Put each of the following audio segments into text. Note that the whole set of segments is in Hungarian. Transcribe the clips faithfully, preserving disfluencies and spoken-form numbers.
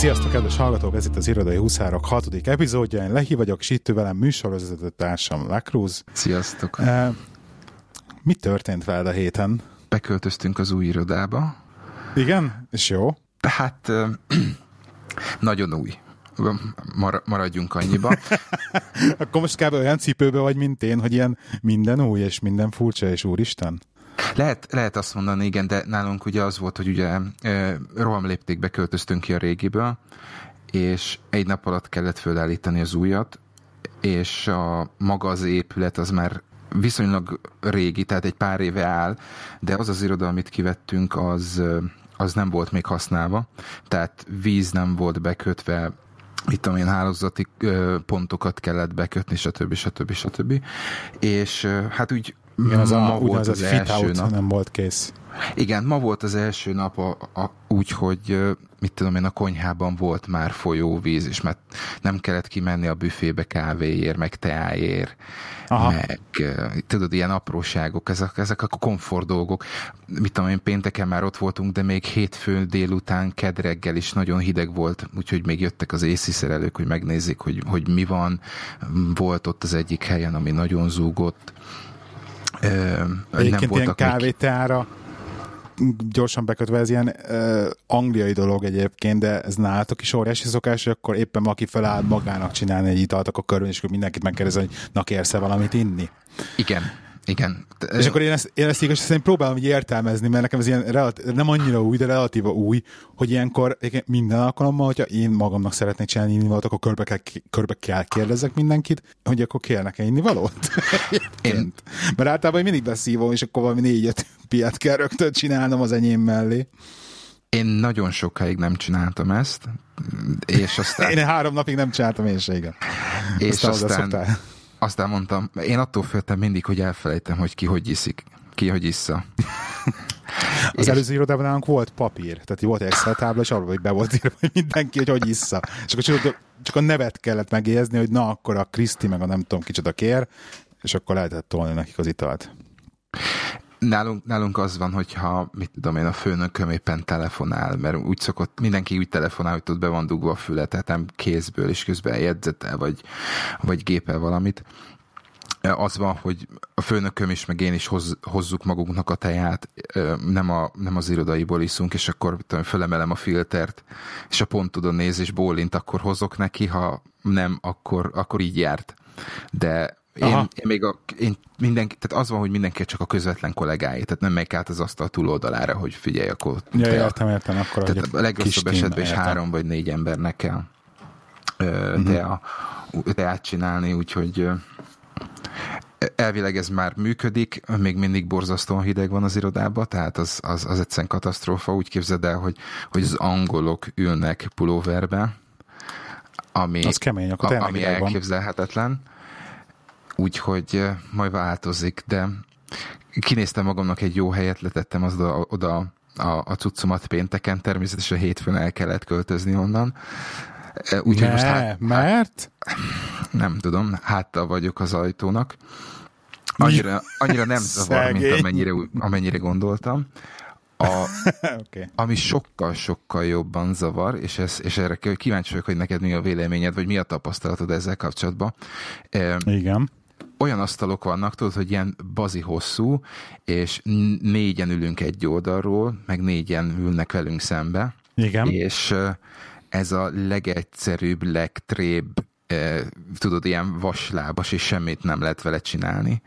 Sziasztok, kedves hallgatók! Ez itt az Irodai Huszárok hatodik epizódja. Én Lehi vagyok, és itt velem műsorvezető társam Lakrúz. Sziasztok! Uh, mi történt veled a héten? Beköltöztünk az új irodába. Igen? És jó? Tehát uh, nagyon új. Mar- maradjunk annyiba. Akkor most kb. Olyan cipőbe vagy, mint én, hogy ilyen minden új, és minden furcsa, és úristen? Lehet, lehet azt mondani, igen, de nálunk ugye az volt, hogy ugye e, rohamléptékbe költöztünk ki a régiből, és egy nap alatt kellett fölállítani az újat, és a maga az épület az már viszonylag régi, tehát egy pár éve áll, de az az iroda, amit kivettünk, az, az nem volt még használva, tehát víz nem volt bekötve, mit tudom én, hálózati pontokat kellett bekötni, stb. stb. stb. És hát úgy igen, az ma a, volt az első nap. Nem volt kész. Igen, ma volt az első nap a, a, úgy, hogy mit tudom én, a konyhában volt már folyóvíz, és mert nem kellett kimenni a büfébe kávéért, meg teáért, aha, meg tudod, ilyen apróságok, ezek, ezek a komfort dolgok. Mit tudom én, pénteken már ott voltunk, de még hétfőn délután, kedd reggel is nagyon hideg volt, úgyhogy még jöttek az észi szerelők, hogy megnézzék, hogy, hogy mi van. Volt ott az egyik helyen, ami nagyon zúgott. Egyébként ilyen kávéteára gyorsan bekötve, ez ilyen uh, angliai dolog egyébként, de ez nálatok is óriási szokás, hogy akkor éppen aki feláll magának csinálni egy italt, akkor körül, és akkor mindenkit megkérdezi, hogy na kérsz-e valamit inni? Igen, igen. És akkor én ezt, én ezt igaz, én próbálom így értelmezni, mert nekem ez ilyen relatív, nem annyira új, de relatíva új, hogy ilyenkor minden alkalommal, hogyha én magamnak szeretnék csinálni innivalót, akkor körbe kell, körbe kell kérdezek mindenkit, hogy akkor kérnek-e innivalót? Én. Mert általában mindig beszívom, és akkor valami négy-öt piát kell rögtön csinálnom az enyém mellé. Én nagyon sokáig nem csináltam ezt, és aztán... én három napig nem csináltam én se, igen. És aztán, aztán, aztán mondtam, én attól féltem mindig, hogy elfelejtem, hogy ki hogy iszik, ki hogy issza. Az előző irodában nálunk volt papír, tehát volt egy Excel tábla, és arról, hogy be volt írva, hogy mindenki, hogy hogy issza. És akkor csak, csak a nevet kellett megjegyezni, hogy na, akkor a Kriszti, meg a nem tudom kicsoda kér, és akkor lehetett tolni nekik az italt. Nálunk, nálunk az van, hogyha, mit tudom én, a főnököm éppen telefonál, mert úgy szokott, mindenki úgy telefonál, hogy tud, be van dugva a füle, tehát nem kézből, és közben jegyzetel, vagy, vagy gépel valamit. Az van, hogy a főnököm is, meg én is hoz, hozzuk magunknak a teját, nem, a, nem az irodaiból iszunk, és akkor tudom, fölemelem a filtert, és a pont tudod néz, és bólint, akkor hozok neki, ha nem, akkor, akkor így járt. De Én, én még a, én mindenki, tehát az van, hogy mindenki csak a közvetlen kollégái, tehát nem megy át az asztal túloldalára, hogy figyelj, akkor ja, értem, értem, akkor tehát a legrosszabb esetben is három vagy négy embernek kell uh-huh. te, te átcsinálni, úgyhogy elvileg ez már működik, még mindig borzasztóan hideg van az irodában, tehát az, az, az egyszerűen katasztrófa, úgy képzeld el, hogy, hogy az angolok ülnek pulóverbe, ami, az kemény, akkor a, ami elképzelhetetlen. Úgyhogy majd változik, de kinéztem magamnak egy jó helyet, letettem az oda, oda a, a cuccomat pénteken, természetesen hétfőn el kellett költözni onnan. Úgyhogy most hát, mert? Nem tudom, háttal vagyok az ajtónak. Annyira, annyira nem zavar, mint amennyire, amennyire gondoltam. A, okay. Ami sokkal-sokkal jobban zavar, és, ez, és erre kíváncsi vagyok, hogy neked mi a véleményed, vagy mi a tapasztalatod ezzel kapcsolatban. Igen. Olyan asztalok vannak, tudod, hogy ilyen bazi hosszú, és négyen ülünk egy oldalról, meg négyen ülnek velünk szembe. Igen. És ez a legegyszerűbb, legtrébb, tudod, ilyen vaslábas, és semmit nem lehet vele csinálni.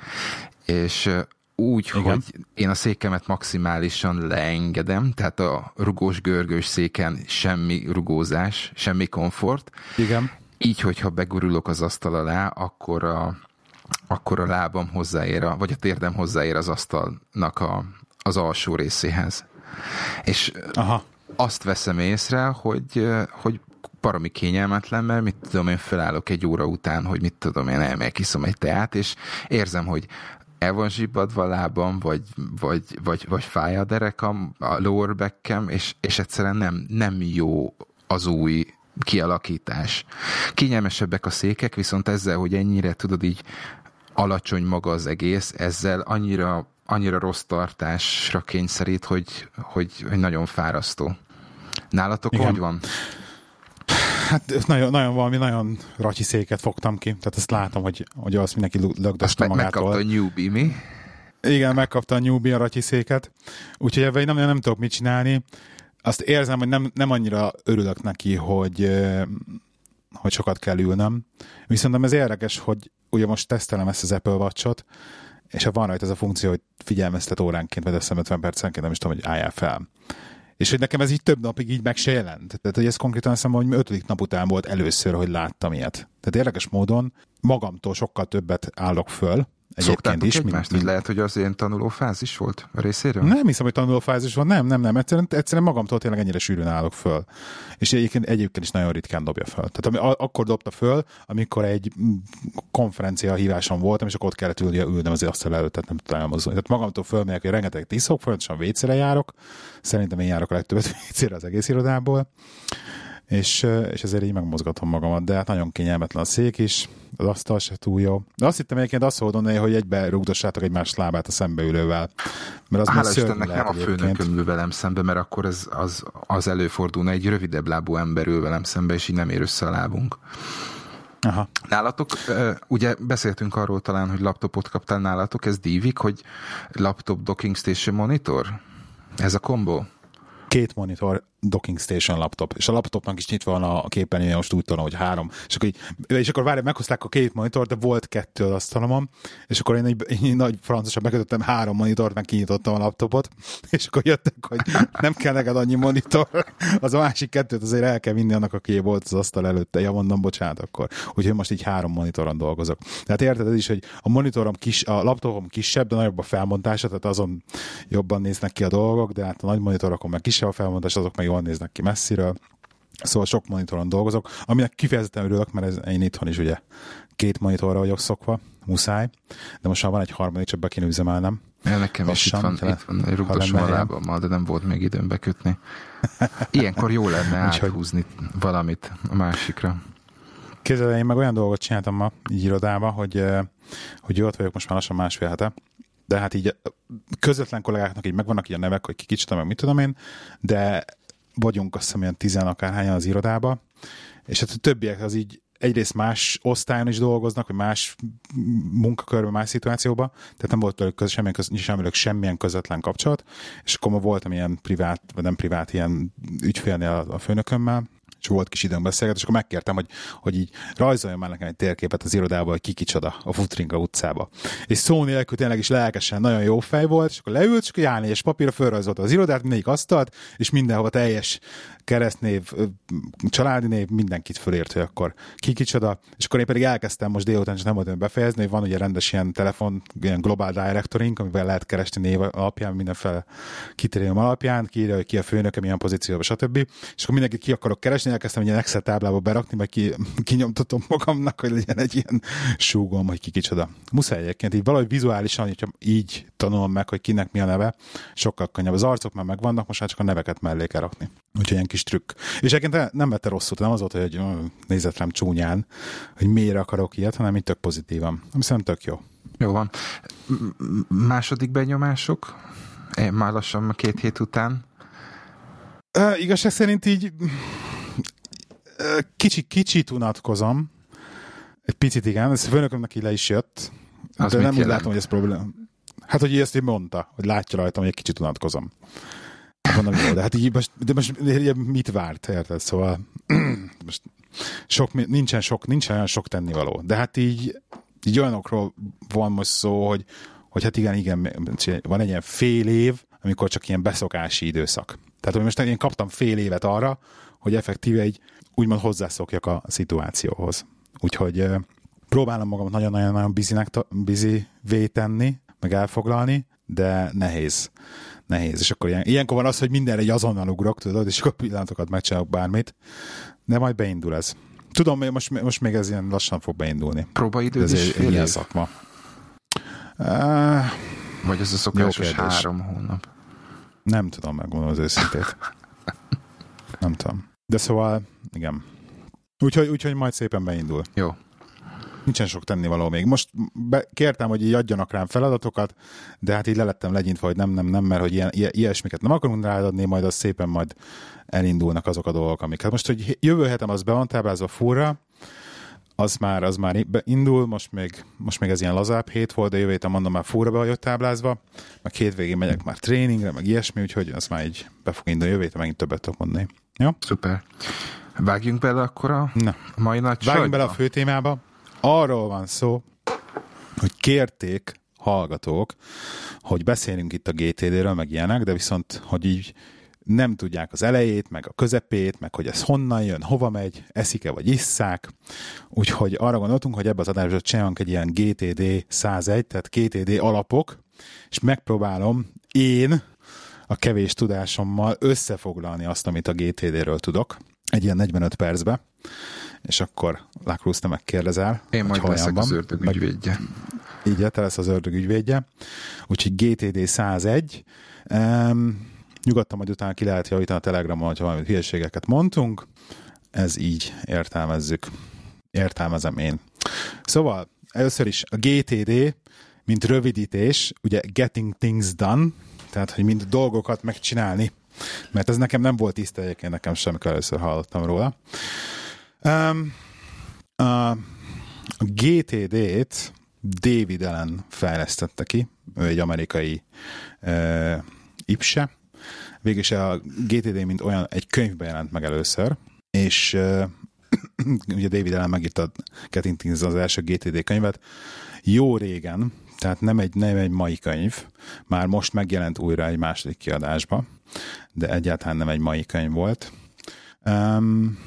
És úgy, igen, hogy én a székemet maximálisan leengedem, tehát a rugós-görgős széken semmi rugózás, semmi komfort. Igen. Így, hogyha begurulok az asztal alá, akkor a, akkor a lábam hozzáér, a, vagy a térdem hozzáér az asztalnak a, az alsó részéhez. És aha, azt veszem észre, hogy, hogy baromi kényelmetlen, mert mit tudom én, felállok egy óra után, hogy mit tudom én, elmegyek, iszom egy teát, és érzem, hogy el van zsibbadva a lábam, vagy, vagy, vagy, vagy fáj a derekam, a lower backem, és, és egyszerűen nem, nem jó az új kialakítás. Kényelmesebbek a székek, viszont ezzel, hogy ennyire, tudod, így alacsony maga az egész, ezzel annyira, annyira rossz tartásra kényszerít, hogy, hogy, hogy nagyon fárasztó. Nálatok igen, hogy van? Hát nagyon, nagyon valami, nagyon ratyi széket fogtam ki, tehát azt látom, hogy, hogy azt mindenki lögdöste magától. Azt megkapta a newbie, mi? Igen, megkapta a newbie a ratyi széket, úgyhogy ebben nem, nem tudok mit csinálni. Azt érzem, hogy nem, nem annyira örülök neki, hogy, hogy sokat kell ülnöm. Viszont ez érdekes, hogy ugye most tesztelem ezt az Apple Watch-ot, és van rajta ez a funkció, hogy figyelmeztet óránként, vagy azt ötven percenként, nem is tudom, hogy álljál fel. És hogy nekem ez így több napig így meg se jelent. Tehát, hogy ez konkrétan azt mondom, hogy ötödik nap után volt először, hogy láttam ilyet. Tehát érdekes módon magamtól sokkal többet állok föl. Szoktátok is, egymást? Mint... Lehet, hogy az ilyen tanuló fázis volt a részéről? Nem hiszem, hogy tanuló fázis van. Nem, nem, nem. Egyszerűen, egyszerűen magamtól tényleg ennyire sűrűn állok föl. És egyébként, egyébként is nagyon ritkán dobja föl. Tehát ami, akkor dobta föl, amikor egy konferencia híváson voltam, és akkor ott kellett ülni, ülnem azért asztal előtt, tehát nem tudtam elmozdulni. Tehát magamtól fölmegyek, hogy rengeteg tiszok, folyamatosan vécére járok. Szerintem én járok a legtöbbet vécére az egész irodából. És, és ezért így megmozgatom magamat, de hát nagyon kényelmetlen a szék is, az asztal se túl jó. De azt hittem egyébként azt mondani, hogy egybe rúgdossátok egymás lábát a szembeülővel. Mert az hála Istennek nem a főnököm ül velem szembe, mert akkor ez, az, az előfordulna, egy rövidebb lábú ember ül velem szembe, és így nem ér össze a lábunk. Aha. Nálatok, ugye beszéltünk arról talán, hogy laptopot kaptál nálatok, ez dívik, hogy laptop docking station monitor? Ez a kombó? Két monitor, docking station laptop, és a laptopnak is nyitva van a képernyője, most úgy tudom, hogy három. És akkor, így, és akkor várj, meghozták a két monitor, de volt kettő az asztalomon, és akkor én egy, én nagy francosan bekötöttem három monitort, meg kinyitottam a laptopot, és akkor jöttek, hogy nem kell neked annyi monitor, az a másik kettőt azért el kell vinni annak, aki volt az asztal előtte. Ja, mondom, bocsánat akkor. Úgyhogy most így három monitoron dolgozok. Tehát érted ez is, hogy a monitorom kis, a laptopom kisebb, de nagyobb a felmontása, tehát azon jobban néznek ki a dolgok, de hát a nagy monitorokon meg kisebb a felmontás, azok meg jól néznek ki messziről. Szóval sok monitoron dolgozok, aminek kifejezetten örülök, mert ez, én itthon is ugye két monitorra vagyok szokva, muszáj, de most már van egy harmadik, csak be kéne üzemelnem. Ja, nekem is itt van, itt van egy rugdosom a lábammal, de nem volt még időm bekötni. Ilyenkor jó lenne áthúzni valamit a másikra. Képzeld, én meg olyan dolgot csináltam ma így irodában, hogy, hogy ott vagyok most már lassan másfél hete, de hát így közvetlen kollégáknak így megvannak ilyen nevek, hogy ki kicsit, meg mit tudom én, de vagyunk azt hiszem olyan tizen akárhányan az irodába, és hát a többiek az így egyrészt más osztályon is dolgoznak, vagy más munkakörben, más szituációban, tehát nem volt tőlük köz, semmilyen, köz, semmilyen, semmilyen közvetlen kapcsolat, és akkor ma voltam ilyen privát, vagy nem privát, ilyen ügyfélnél a főnökömmel, és volt kis időm beszélgetni, és akkor megkértem, hogy, hogy így rajzoljon már nekem egy térképet az irodába, hogy ki kicsoda a Futringa utcába. És szó nélkül tényleg is lelkesen nagyon jó fej volt, és akkor leült, és akkor á négyes papírra fölrajzolta az irodát, mindegyik asztalt, és mindenhova teljes keresztnév, családi név, mindenkit fölért, hogy akkor ki kicsoda. És akkor én pedig elkezdtem most délután, és nem voltam befejezni, hogy van ugye rendes ilyen telefon, ilyen global directoring, amivel lehet keresni név alapján, mindenféle kritérium alapján, kiírja, hogy ki a főnöke, milyen pozícióban, stb. És akkor mindenkit ki akarok keresni, elkezdtem egy ilyen Excel táblába berakni, majd ki, kinyomtatom magamnak, hogy legyen egy ilyen súgom, hogy ki kicsoda. Muszáj egyébként így valahogy vizuálisan, hogyha így tanulom meg, hogy kinek mi a neve, sokkal könnyebb. Az arcok már megvannak, most már csak a neveket mellé kell rakni. Úgyhogy ilyen kis trükk. És egyébként nem vette rosszul, nem az volt, hogy nézett rám csúnyán, hogy miért akarok ilyet, hanem így tök pozitívan. Ami szerintem tök jó. Jó van. Második benyomások? Már lassan két hét után? Uh, igazság szerint így kicsi, kicsit unatkozom. Egy picit igen, ez főnökömnek így le is jött. Az de nem úgy látom, hogy ez probléma. Hát, hogy ezt így mondta, hogy látja rajtam, hogy egy kicsit unatkozom. Mondom, jó, de hát így most, de most mit várt, érted? Szóval most sok, nincsen, sok, nincsen olyan sok tennivaló. De hát így, így olyanokról van most szó, hogy, hogy hát igen, igen, van egy ilyen fél év, amikor csak ilyen beszokási időszak. Tehát most én kaptam fél évet arra, hogy effektíve egy úgymond hozzászokjak a szituációhoz. Úgyhogy eh, próbálom magamat nagyon-nagyon busy-vé tenni, meg elfoglalni, de nehéz. Nehéz. És akkor ilyen, ilyenkor van az, hogy mindenre egy azonnal ugrok, tudod, és akkor pillanatokat megcsinálok bármit. De majd beindul ez. Tudom, most, most még ez ilyen lassan fog beindulni. Próbaidőd is fél év? Szakma. Uh, Vagy ez a szokásos három hónap? Nem tudom, megmondom az őszintét. Nem tudom. De szóval, igen. Úgyhogy, úgyhogy majd szépen beindul. Jó. Nincsen sok tennivaló még. Most be, kértem, hogy így adjanak rám feladatokat, de hát így lelettem legyintve, hogy nem, nem, nem, mert hogy ilyen, ilyesmiket nem akarunk ráadni, majd az szépen majd elindulnak azok a dolgok, amik. Hát most, hogy jövő hetem az be van táblázva furra, az már, az már indul, most még, most még ez ilyen lazább hét volt, de jövő héten mondom már furra be vagyok táblázva, meg hétvégén megyek már tréningre, meg ilyesmi, úgyhogy az már így be fog indulni, jövő héten megint többet tudok mondani. Jó? Szuper. Vágjunk bele akkor a Na. mai nagy Vágjunk sajtba. Bele a fő témába. Arról van szó, hogy kérték hallgatók, hogy beszélünk itt a gé té dé-ről, meg ilyenek, de viszont, hogy így nem tudják az elejét, meg a közepét, meg hogy ez honnan jön, hova megy, eszik-e vagy isszák. Úgyhogy arra gondoltunk, hogy ebben az adásban csinálunk egy ilyen gé té dé százegy, tehát gé té dé alapok, és megpróbálom én a kevés tudásommal összefoglalni azt, amit a gé té dé-ről tudok, egy ilyen negyvenöt percbe, és akkor Lákrúz, te megkérdezel. Én majd leszek az ördög ügyvédje. Így, te lesz az ördög ügyvédje. Úgyhogy gé té dé százegy. Um, nyugodtan majd utána ki lehet javítani a Telegramon, hogyha valami hülyeségeket mondtunk. Ez így értelmezzük. Értelmezem én. Szóval először is a gé té dé, mint rövidítés, ugye Getting Things Done, tehát, hogy mind dolgokat megcsinálni. Mert ez nekem nem volt tiszta, egyébként nekem sem, amikor először hallottam róla. Um, a, a gé té dé-t David Allen fejlesztette ki, ő egy amerikai uh, ipse. Végülis a gé té dé mint olyan egy könyvben jelent meg először, és uh, ugye David Allen megírta Getting Things az első gé té dé könyvet jó régen, tehát nem egy, nem egy mai könyv, már most megjelent újra egy második kiadásba, de egyáltalán nem egy mai könyv volt. Um,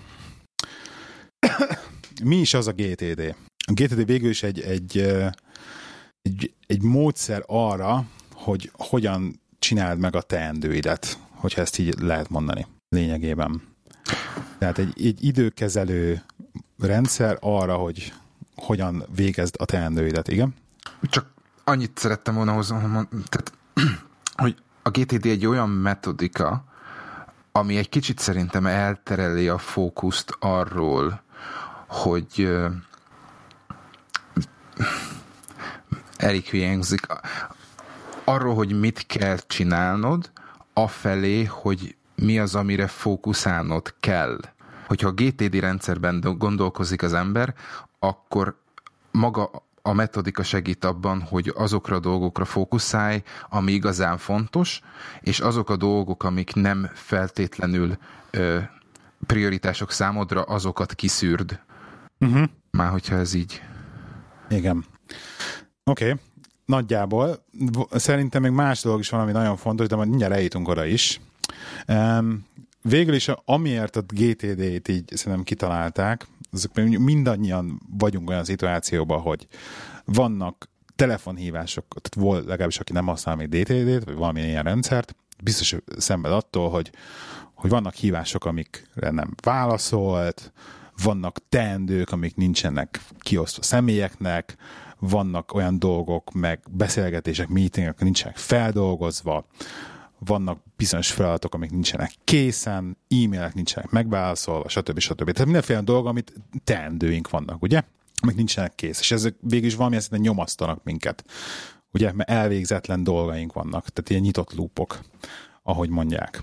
mi is az a gé té dé? A gé té dé végül is egy, egy, egy, egy módszer arra, hogy hogyan csináld meg a teendőidet, hogyha ezt így lehet mondani lényegében. Tehát egy, egy időkezelő rendszer arra, hogy hogyan végezd a teendőidet, igen? Csak annyit szerettem volna hozzá, tehát, hogy a gé té dé egy olyan metodika, ami egy kicsit szerintem eltereli a fókuszt arról, hogy elég hülye hangzik, arról, hogy mit kell csinálnod, afelé, hogy mi az, amire fókuszálnod kell. Hogyha a gé té dé rendszerben gondolkozik az ember, akkor maga a metodika segít abban, hogy azokra a dolgokra fókuszálj, ami igazán fontos, és azok a dolgok, amik nem feltétlenül ö, prioritások számodra, azokat kiszűrd. Uh-huh. Már hogyha ez így. Igen. Oké. Okay. Nagyjából. Szerintem még más dolog is van, ami nagyon fontos, de majd mindjárt eljutunk oda is. Um, végül is, amiért a gé té dét így szerintem kitalálták, azok mindannyian vagyunk olyan szituációban, hogy vannak telefonhívások, tehát volt legalábbis, aki nem használ még gé té dét, vagy valamilyen ilyen rendszert, biztos szenved attól, hogy, hogy vannak hívások, amikre nem válaszolt, vannak teendők, amik nincsenek kiosztva személyeknek, vannak olyan dolgok, meg beszélgetések, meetingek, nincsenek feldolgozva, vannak bizonyos feladatok, amik nincsenek készen, e-mailek nincsenek megválaszolva, stb. stb. Tehát mindenféle dolog, amit teendőink vannak, ugye? Amik nincsenek kész. És ezek végül is valamilyen szinten nyomasztanak minket. Ugye? Mert elvégzetlen dolgaink vannak. Tehát ilyen nyitott loopok, ahogy mondják.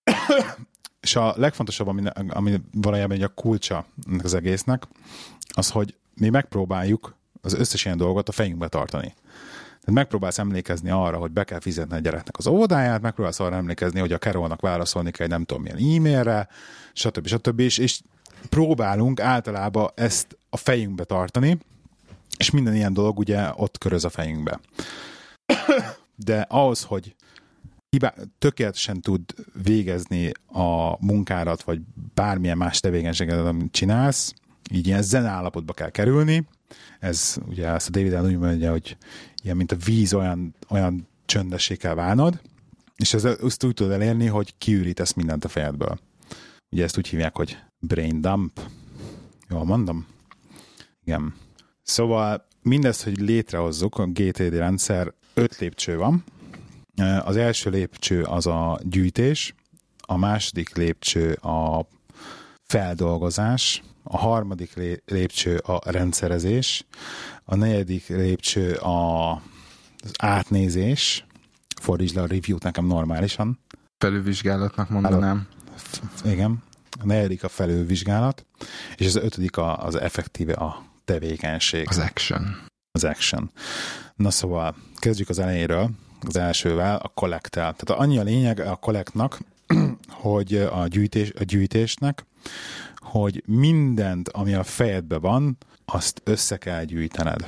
És a legfontosabb, ami, ami valójában a kulcsa ennek az egésznek, az, hogy mi megpróbáljuk az összes ilyen dolgot a fejünkbe tartani. Tehát megpróbálsz emlékezni arra, hogy be kell fizetni a gyereknek az óvodáját, megpróbálsz arra emlékezni, hogy a Carolnak válaszolni kell, nem tudom milyen e-mailre, stb. stb. És, és próbálunk általában ezt a fejünkbe tartani, és minden ilyen dolog ugye ott köröz a fejünkbe. De ahhoz, hogy hibá, tökéletesen tud végezni a munkádat, vagy bármilyen más tevékenységet, amit csinálsz, így ilyen zen állapotba kell kerülni. Ez ugye ezt a David Allen úgy mondja, hogy ilyen, mint a víz, olyan, olyan csöndessé kell válnod, és ez, ezt úgy tudod elérni, hogy kiürítesz mindent a fejedből. Ugye ezt úgy hívják, hogy brain dump. Jól mondom? Igen. Szóval mindezt, hogy létrehozzuk, a gé té dé rendszer, öt lépcső van. Az első lépcső az a gyűjtés, a második lépcső a feldolgozás, a harmadik lépcső a rendszerezés, a negyedik lépcső a, az átnézés, fordítsd le a review-t nekem normálisan. Felülvizsgálatnak mondanám. Igen. A negyedik a felülvizsgálat, és az ötödik a, az effektíve a tevékenység. Az action. Az action. Na szóval, kezdjük az elejéről, az elsővel, a collect-tel. Tehát annyi a lényeg a collectnak, hogy a, gyűjtés, a gyűjtésnek, hogy mindent, ami a fejedben van, azt össze kell gyűjtened.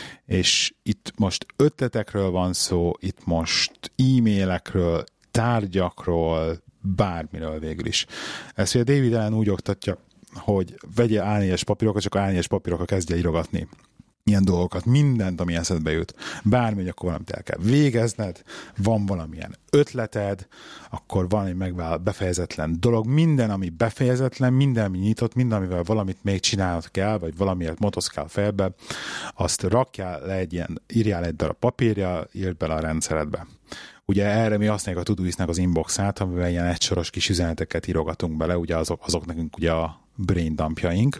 És itt most ötletekről van szó, itt most e-mailekről, tárgyakról, bármiről végül is. Ezt ugye David Allen úgy oktatja, hogy vegye á négyes papírokat, csak á négyes papírokat kezdje írogatni. Ilyen dolgokat, mindent, ami eszedbe jut. Bármi, hogy akkor valamit el kell végezned, van valamilyen ötleted, akkor valami megvál befejezetlen dolog, minden, ami befejezetlen, minden, ami nyitott, minden, amivel valamit még csinálnod kell, vagy valamiért motoszkál fejbe, azt rakjál le egy ilyen, írjál egy darab papírja, írd bele a rendszeredbe. Ugye erre mi használjuk a Todoistnak az inboxát, amivel ilyen egysoros kis üzeneteket írogatunk bele, ugye azok, azok nekünk ugye a brain dumpjaink,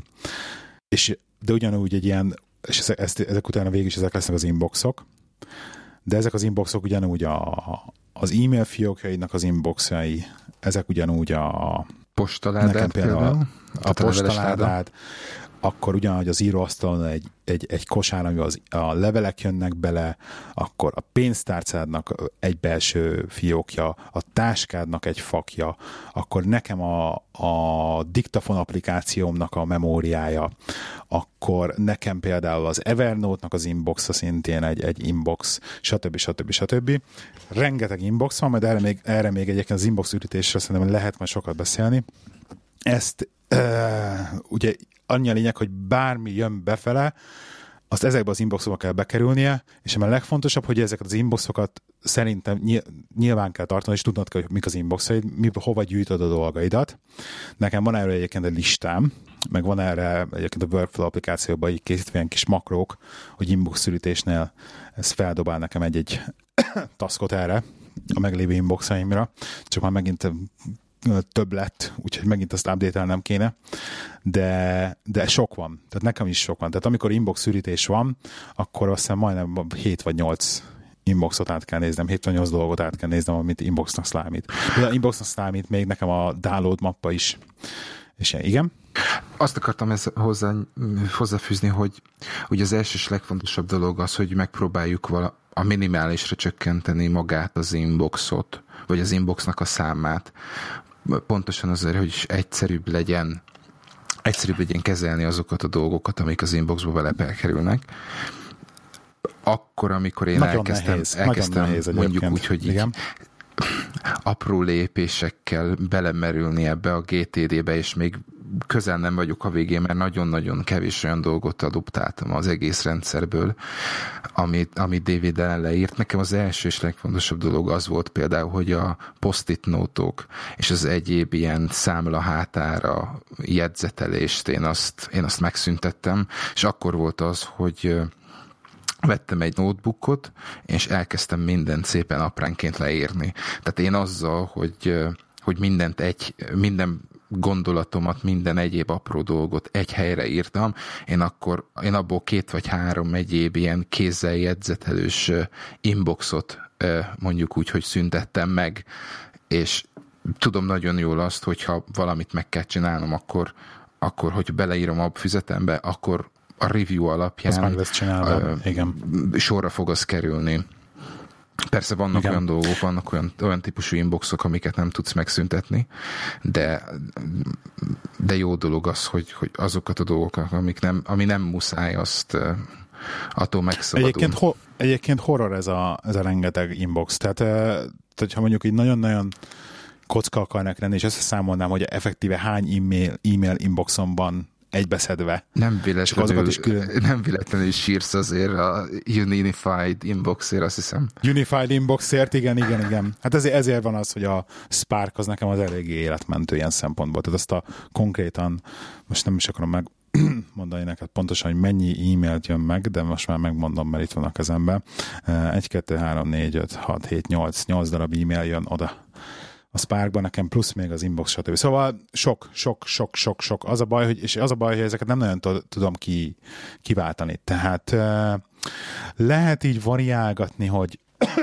és de ugyanúgy egy ilyen, és ezek, ezt, ezek utána végig is ezek lesznek az inboxok, de ezek az inboxok ugyanúgy a, az e-mail fiókjaidnak az inboxjai, ezek ugyanúgy a postaládád például, a, a postaládád, akkor ugyanúgy az íróasztalon egy, egy, egy kosár, amivel az, a levelek jönnek bele, akkor a pénztárcádnak egy belső fiókja, a táskádnak egy fakja, akkor nekem a, a diktafon applikációmnak a memóriája, akkor nekem például az Evernote-nak az inboxa szintén egy, egy inbox, stb. stb. stb. Rengeteg inbox van, majd erre még, erre még egyébként az inbox üritésre szerintem lehet majd sokat beszélni. Ezt uh, ugye annyi a lényeg, hogy bármi jön befele, azt ezekbe az inboxokba kell bekerülnie, és a legfontosabb, hogy ezeket az inboxokat szerintem nyilván kell tartani, és tudnod kell, hogy mik az inboxaid, mi, hova gyűjtöd a dolgaidat. Nekem van erre egyébként egy listám, meg van erre egyébként a Workflow applikációban így készítve ilyen kis makrók, hogy inbox szülítésnél ez feldobál nekem egy-egy taskot erre, a meglévő inboxaimra, csak már megint több lett, úgyhogy megint azt update-elnem kéne, de, de sok van. Tehát nekem is sok van. Tehát amikor inbox szűrítés van, akkor azt hiszem majdnem hét vagy nyolc inboxot át kell néznem, hét vagy nyolc dolgot át kell néznem, amit inboxnak számít. De a inboxnak számít még nekem a download mappa is. És igen? Azt akartam ezt hozzá, hozzáfűzni, hogy ugye az első és legfontosabb dolog az, hogy megpróbáljuk vala, a minimálisra csökkenteni magát az inboxot, vagy az inboxnak a számát. Pontosan azért, hogy egyszerűbb legyen, egyszerűbb legyen kezelni azokat a dolgokat, amik az inboxba bekerülnek. Akkor, amikor én nagyon elkezdtem, nehéz, elkezdtem nehéz mondjuk úgy, hogy így apró lépésekkel belemerülni ebbe a gé té dé-be, és még közel nem vagyok a végén, mert nagyon-nagyon kevés olyan dolgot adoptáltam az egész rendszerből, amit, amit David Allen leírt. Nekem az első és legfontosabb dolog az volt például, hogy a post-it nótok és az egyéb ilyen számla hátára jegyzetelést én azt, én azt megszüntettem, és akkor volt az, hogy vettem egy notebookot, és elkezdtem mindent szépen apránként leírni. Tehát én azzal, hogy, hogy mindent egy, minden gondolatomat, minden egyéb apró dolgot egy helyre írtam, én akkor, én abból két vagy három egyéb ilyen kézzel jegyzetelős inboxot mondjuk úgy, hogy szüntettem meg, és tudom nagyon jól azt, hogyha valamit meg kell csinálnom, akkor, akkor hogy beleírom a füzetembe, akkor a review alapján uh, Igen. sorra fog az kerülni. Persze vannak Igen. olyan dolgok, vannak olyan, olyan típusú inboxok, amiket nem tudsz megszüntetni, de, de jó dolog az, hogy, hogy azokat a dolgokat, amik nem, ami nem muszáj, azt uh, attól megszabadul. Egyébként, ho, egyébként horror ez a, ez a rengeteg inbox. Tehát, tehát ha mondjuk így nagyon-nagyon kocka akarnak lenni, és összeszámolnám, hogy effektíve hány e-mail, e-mail inboxomban egybeszedve. Nem véletlenül, is külön... nem véletlenül sírsz azért a Unified Inboxért, azt hiszem. Unified Inboxért, igen, igen, igen. Hát ezért, ezért van az, hogy a Spark az nekem az eléggé életmentő ilyen szempontból. Tehát azt a konkrétan, most nem is akarom megmondani neked pontosan, hogy mennyi e-mailt jön meg, de most már megmondom, mert itt van a kezemben. egy, kettő, három, négy, öt, hat, hét, nyolc, nyolc darab e-mail jön oda a Sparkban, nekem plusz még az inbox, stb. Szóval sok, sok, sok, sok, sok. Az a baj, hogy, és az a baj, hogy ezeket nem nagyon tudom ki, kiváltani. Tehát lehet így variálgatni, hogy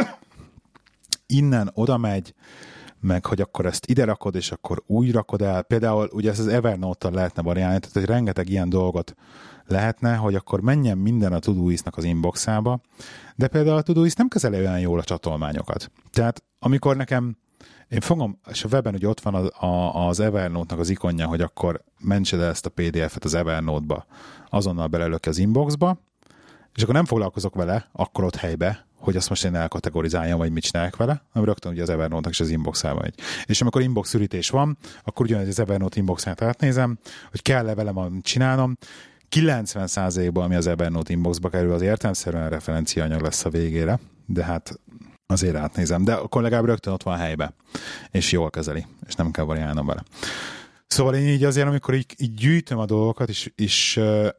innen oda megy, meg hogy akkor ezt ide rakod, és akkor úgy rakod el. Például ugye ezt az Evernote-tal lehetne variálni, tehát hogy rengeteg ilyen dolgot lehetne, hogy akkor menjen minden a Todoist-nak az inboxába, de például a Todoist nem kezeli olyan jól a csatolmányokat. Tehát amikor nekem, én fogom, és a webben ugye ott van az, a, az Evernote-nak az ikonja, hogy akkor mentsed el ezt a pé dé ef-et az Evernote-ba, azonnal belelök az inboxba, és akkor nem foglalkozok vele, akkor ott helybe, hogy azt most én elkategorizáljam, vagy mit csinálják vele, hanem rögtön ugye az Evernote-nak is az inboxába megy. És amikor inbox ürítés van, akkor ugyanaz az Evernote inboxát átnézem, hogy kell-e velem csinálnom. kilencven százalékban, ami az Evernote inboxba kerül, az értelemszerűen referenciaanyag lesz a végére, de hát azért átnézem. De akkor legalább rögtön ott van helybe, és jól kezeli, és nem kell variálnom vele. Szóval én így azért, amikor így, így gyűjtöm a dolgokat, és, és uh,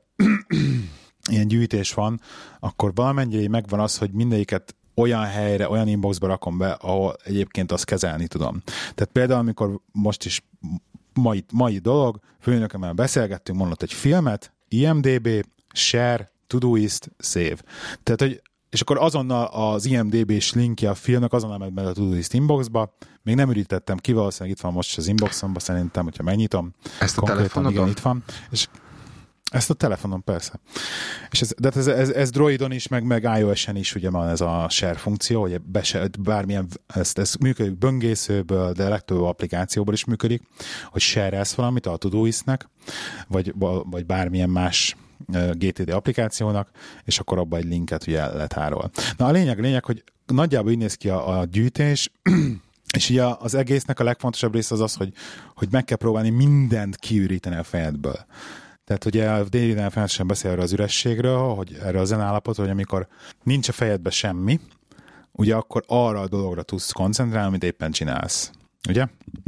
ilyen gyűjtés van, akkor valamennyire megvan az, hogy mindegyiket olyan helyre, olyan inboxba rakom be, ahol egyébként azt kezelni tudom. Tehát például, amikor most is mai, mai dolog, főnökemmel beszélgettünk, mondott egy filmet, i em dé bé, share, Todoist, save. Tehát, hogy és akkor azonnal az i em dé bé-s linkje a filmnek azonnal ment be a Todoist inboxba. Még nem ürítettem ki, valószínűleg itt van most az inboxomba, szerintem, hogyha megnyitom. Ezt a telefonodon? Igen, itt van. És ezt a telefonon, persze. És ez, de ez, ez, ez Droidon is, meg, meg iOS-en is ugye van ez a share funkció, hogy be, bármilyen, ezt, ez működik böngészőből, de legtöbb applikációból is működik, hogy share-elsz valamit a Todoist-nek, vagy, vagy bármilyen más gé té dé applikációnak, és akkor abba egy linket ugye letárol. Na a lényeg, a lényeg, hogy nagyjából így néz ki a, a gyűjtés, és ugye az egésznek a legfontosabb része az az, hogy, hogy meg kell próbálni mindent kiüríteni a fejedből. Tehát ugye a David Allen beszél erről az ürességről, hogy erről a zenállapotról, hogy amikor nincs a fejedben semmi, ugye akkor arra a dologra tudsz koncentrálni, amit éppen csinálsz. Ugye?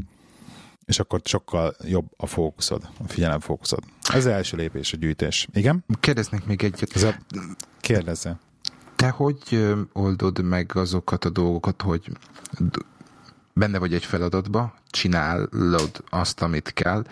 És akkor sokkal jobb a fókuszod, a figyelemfókuszod. Ez az első lépés, a gyűjtés. Igen? Kérdeznék még egyet. Ez a... Kérdezze. Te hogy oldod meg azokat a dolgokat, hogy benne vagy egy feladatba, csinálod azt, amit kell,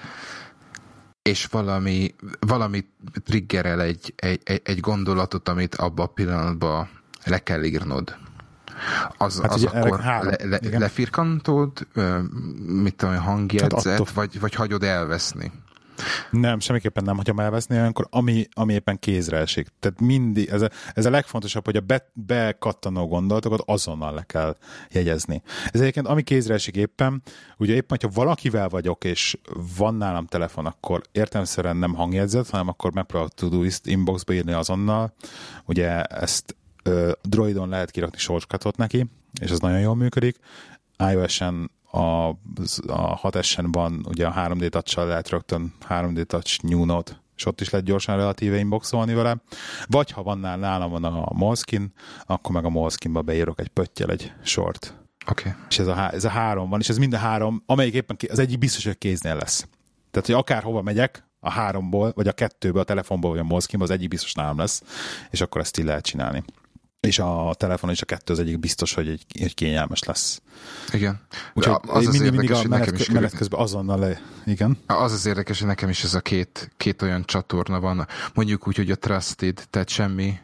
és valami, valami triggerel egy, egy, egy gondolatot, amit abban a pillanatban le kell írnod. Az, hát az akkor három, le, le, lefirkantod, mit tudom, hangjegyzet, hát vagy, vagy hagyod elveszni? Nem, semmiképpen nem hagyom elveszni, olyankor, ami, ami éppen kézre esik. Tehát mindig, ez a, ez a legfontosabb, hogy a be, bekattanó gondolatokat azonnal le kell jegyezni. Ez egyébként, ami kézre esik éppen, ugye éppen, hogyha valakivel vagyok, és van nálam telefon, akkor értelemszerűen nem hangjegyzet, hanem akkor megpróbálok Todoist inboxba írni azonnal. Ugye ezt uh, Droidon lehet kirakni shortcutot neki, és ez nagyon jól működik. iOS-en a, a hat esen van, ugye a három dé touch-sal lehet rögtön három dé touch New Note, és ott is lehet gyorsan relatíve inboxolni vele. Vagy ha van nálam van a Moleskine, akkor meg a Moleskineba beírok egy pöttyel egy sort. Oké. Okay. És ez a, ez a három van, és ez mind a három, amelyik éppen az egyik biztos, hogy kéznél lesz. Tehát, hogy akárhova megyek, a háromból, vagy a kettőből, a telefonból, vagy a Moleskineból, az egyik biztos nálam lesz, és akkor ezt így lehet csinálni. És a telefon és a kettő az egyik biztos, hogy egy, egy kényelmes lesz. Igen. Úgyhogy az az mindig, mindig a menet, menet közben azonnal le... Igen. Az az érdekes, hogy nekem is ez a két, két olyan csatorna van. Mondjuk úgy, hogy a Trusted, tehát semmi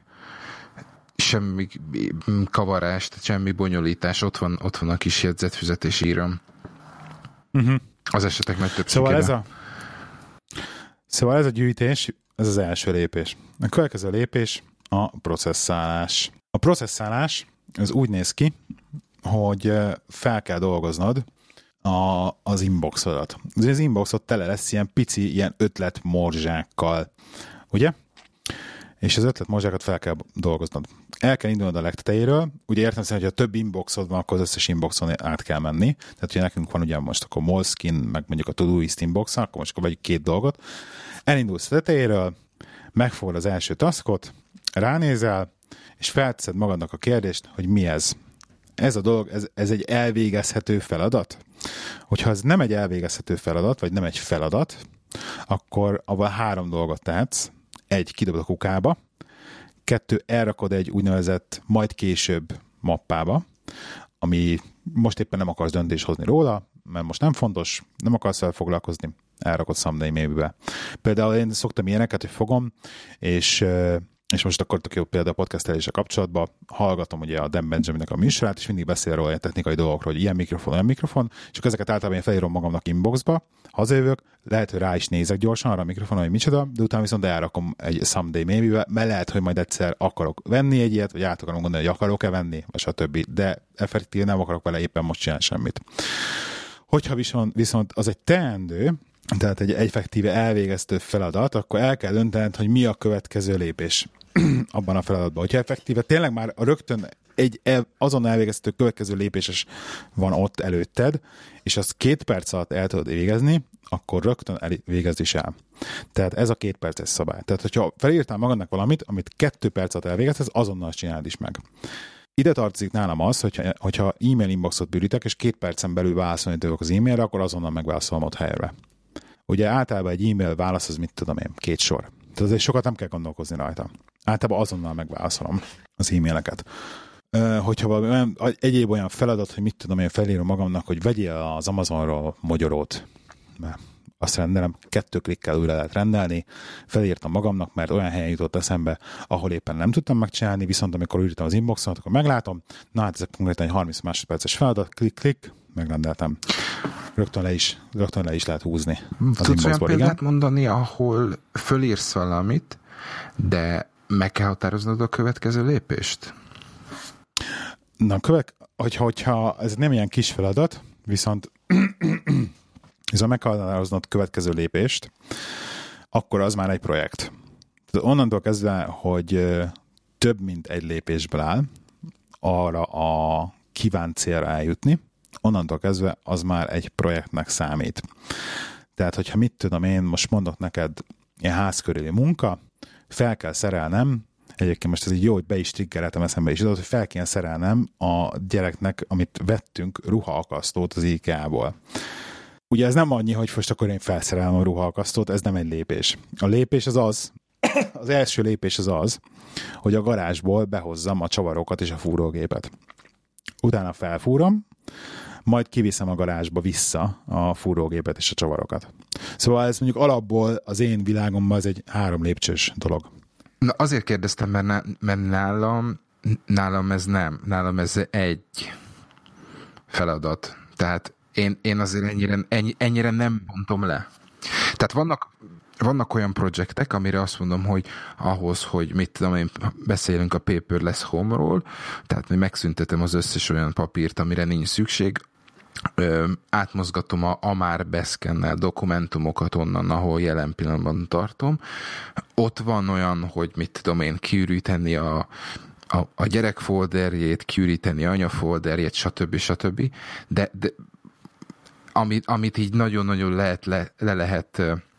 semmi kavarás, tehát semmi bonyolítás. Ott van, ott van a kis jegyzetfüzet, és írom. Uh-huh. Az esetek nagy többségében. Szóval ez a Szóval ez a gyűjtés, ez az első lépés. A következő lépés a processzálás. A processzálás az úgy néz ki, hogy fel kell dolgoznod a, az inboxodat. Az inboxod tele lesz ilyen pici, ilyen ötletmorzsákkal, ugye? És az ötletmorzsákat fel kell dolgoznod. El kell indulnod a legtetejéről, ugye értem szerint, hogy ha több inboxod van, akkor az összes inboxon át kell menni. Tehát ugye nekünk van ugye most akkor Moleskine, meg mondjuk a Todoist inbox, akkor most akkor vegyük két dolgot. Elindulsz a tetejéről, megfogod az első taskot, ránézel, és felteszed magadnak a kérdést, hogy mi ez. Ez a dolog, ez, ez egy elvégezhető feladat? Hogyha ez nem egy elvégezhető feladat, vagy nem egy feladat, akkor abban három dolgot tehetsz. Egy, kidobod a kukába, kettő, elrakod egy úgynevezett majd később mappába, ami most éppen nem akarsz döntést hozni róla, mert most nem fontos, nem akarsz vele foglalkozni, elrakod someday maybe-be. Például én szoktam ilyeneket, hogy fogom, és és most akkor tök jó példa a podcastelése kapcsolatban, hallgatom ugye a Dan Benjaminnek a műsorát, és mindig beszél róla a technikai dolgokról, hogy ilyen mikrofon, olyan mikrofon, és akkor ezeket általában én felírom magamnak inboxba, hazajövök, lehet, hogy rá is nézek gyorsan arra a mikrofonon, hogy micsoda, de utána viszont elrakom egy someday maybe-be, mert lehet, hogy majd egyszer akarok venni egy ilyet, vagy át akarom gondolni, hogy akarok-e venni, vagy stb. De effektív nem akarok vele éppen most csinálni semmit. Hogyha viszont, viszont az egy teendő, tehát egy effektíve elvégeztő feladat, akkor el kell döntened, hogy mi a következő lépés abban a feladatban. Hogyha effektíve tényleg már rögtön egy el, azon elvégeztő következő lépéses van ott előtted, és azt két perc alatt el tudod végezni, akkor rögtön elvégezd is el. Tehát ez a két perces szabály. Tehát, hogyha felírtál magadnak valamit, amit kettő perc alatt elvégezted, azonnal csináld is meg. Ide tartozik nálam az, hogyha, hogyha e-mail inboxot bűrítek, és két percen belül válaszolni tudok az e-mailre, akkor azonnal megválaszolom ott helyre. Ugye általában egy e-mail válasz, az mit tudom én, két sor. Tehát azért sokat nem kell gondolkozni rajta. Általában azonnal megválaszolom az e-maileket. Hogyha olyan, egyéb olyan feladat, hogy mit tudom én, felírom magamnak, hogy vegyél az Amazonról mogyorót, mert azt rendelem, kettő klikkel újra lehet rendelni, felírtam magamnak, mert olyan helyen jutott eszembe, ahol éppen nem tudtam megcsinálni, viszont amikor írtam az inboxon, akkor meglátom, na hát ez konkrétan egy harminc másodperces feladat, klik, klik, megrendeltem. Rögtön le is, rögtön le is lehet húzni. Tudsz olyan példát mondani, ahol fölírsz valamit, de meg kell határoznod a következő lépést? Na, kövek, hogyha, hogyha ez nem ilyen kis feladat, viszont viszont meg kell határoznod a következő lépést, akkor az már egy projekt. Tehát onnantól kezdve, hogy több mint egy lépésből áll arra a kívánt célra eljutni, onnantól kezdve az már egy projektnek számít. Tehát, hogyha mit tudom én, most mondok neked ilyen házkörüli munka, fel kell szerelnem, egyébként most ez így jó, hogy be is triggereltem eszembe is, hogy fel kéne szerelnem a gyereknek, amit vettünk, ruhaakasztót az IKEA-ból. Ugye ez nem annyi, hogy most akkor én felszerelem a ruhaakasztót, ez nem egy lépés. A lépés az az, az első lépés az az, hogy a garázsból behozzam a csavarokat és a fúrógépet. Utána felfúrom, majd kiviszem a garázsba vissza a fúrógépet és a csavarokat. Szóval ez mondjuk alapból az én világomban ez egy három lépcsős dolog. Na azért kérdeztem, mert, mert nálam, nálam ez nem. Nálam ez egy feladat. Tehát én, én azért ennyire, ennyi, ennyire nem bontom le. Tehát vannak, vannak olyan projektek, amire azt mondom, hogy ahhoz, hogy mit tudom én, beszélünk a Paperless Home-ról, tehát megszüntetem az összes olyan papírt, amire nincs szükség, Ö, átmozgatom a, a már beszkennel dokumentumokat onnan, ahol jelen pillanatban tartom. Ott van olyan, hogy mit tudom én, kiüríteni a, a, a gyerek folderjét, kiüríteni anya folderjét, stb. stb. De, de amit, amit így nagyon-nagyon lehet, le, le, lehet,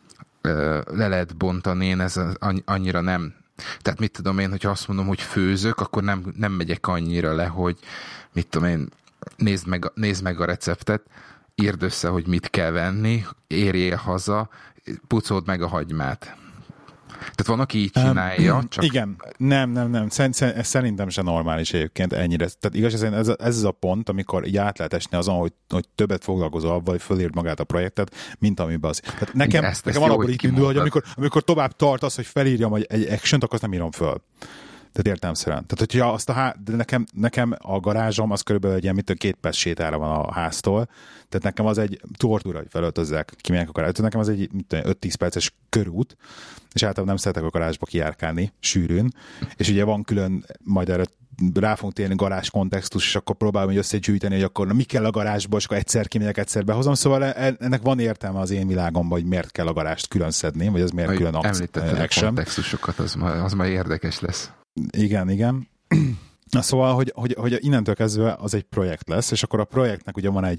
le lehet bontani, én ez annyira nem. Tehát mit tudom én, hogyha azt mondom, hogy főzök, akkor nem, nem megyek annyira le, hogy mit tudom én, Nézd meg, nézd meg a receptet, írd össze, hogy mit kell venni, érjél haza, pucold meg a hagymát. Tehát van, aki így csinálja, um, csak... Igen, nem, nem, nem. Ez szerintem sem normális egyébként ennyire. Tehát igaz, ez, ez a pont, amikor így át lehet esni azon, hogy, hogy többet foglalkozol abban, hogy fölírd magát a projektet, mint amiben az. Tehát nekem, ezt, nekem ezt alapból így indul, hogy amikor, amikor tovább tart az, hogy felírjam egy action-t, akkor azt nem írom föl. Tehát értelemszerűen. Tehát, hogyha azt a há... De nekem, nekem a garázsom az körülbelül egy ilyen mitől két perc sétára van a háztól, tehát nekem az egy tortúra, hogy felöltözzek, kimegyek a garázsba. Nekem az egy öt-tíz perces körút, és általában nem szeretek a garázsba kijárkálni sűrűn, és ugye van külön, majd erre rá fogunk térni garázs kontextus, és akkor próbálom hogy összegyűjteni, hogy akkor na, mi kell a garázsba, és akkor egyszer kimegyek, egyszer behozom. Szóval ennek van értelme az én világomban, hogy miért kell a garást külön szedni, vagy az miért hogy külön action. Említetted a kontextusokat, az majd, az majd érdekes lesz. Igen, igen. Na, szóval, hogy, hogy, hogy innentől kezdve az egy projekt lesz, és akkor a projektnek ugye van egy,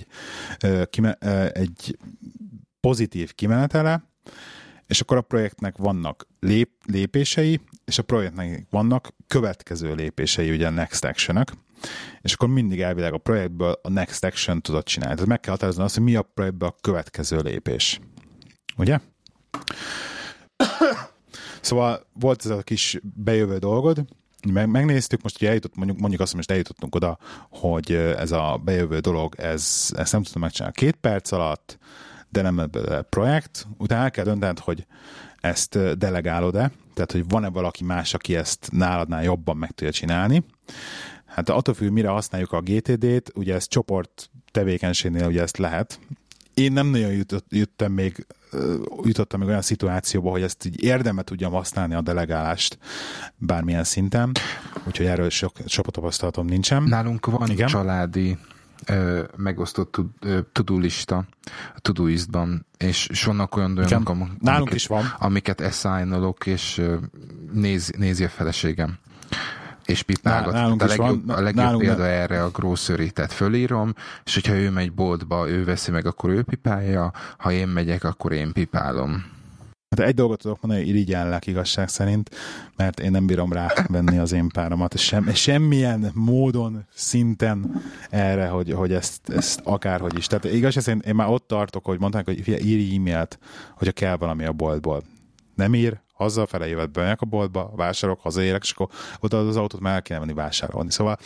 egy pozitív kimenetele, és akkor a projektnek vannak lép, lépései, és a projektnek vannak következő lépései, ugye a next action-ök, és akkor mindig elvileg a projektből a next action tudod csinálni. Tehát meg kell határozni azt, hogy mi a projektből a következő lépés. Ugye? Szóval volt ez a kis bejövő dolgod, meg, megnéztük, most ugye eljutott, mondjuk, mondjuk azt, hogy most eljutottunk oda, hogy ez a bejövő dolog, ez, ezt nem tudom megcsinálni két perc alatt, de nem ebből projekt, utána el kell döntened, hogy ezt delegálod-e, tehát, hogy van-e valaki más, aki ezt náladnál jobban meg tudja csinálni. Hát attól függ, mire használjuk a gé té dét, ugye ez csoport tevékenységnél ugye ezt lehet. Én nem nagyon jutott, jutottam még, jutottam még olyan szituációba, hogy ezt így érdembe tudjam használni a delegálást bármilyen szinten, úgyhogy erről sok, sok tapasztalatom nincsen. Nálunk van Igen? családi ö, megosztott tudulista a Todoistban, és, és vannak olyan dolgok, amiket, amiket, is van. amiket assignolok, és néz, nézi a feleségem. És pipálgat. Nálunk a legjobb, van, a legjobb nálunk példa ne... erre a grocery, tehát fölírom, és hogyha ő megy boltba, ő veszi meg, akkor ő pipálja, ha én megyek, akkor én pipálom. Hát egy dolgot tudok mondani, hogy irigyellek igazság szerint, mert én nem bírom rávenni az én páromat, sem, semmilyen módon, szinten erre, hogy, hogy ezt, ezt akárhogy is. Tehát igazság szerint én már ott tartok, hogy mondták, hogy írj e-mailt, hogyha kell valami a boltból. Nem ír, hazafele jövet, bemegyek a boltba, vásárolok, hazaérek, és akkor oda az autót már el kéne menni vásárolni. Szóval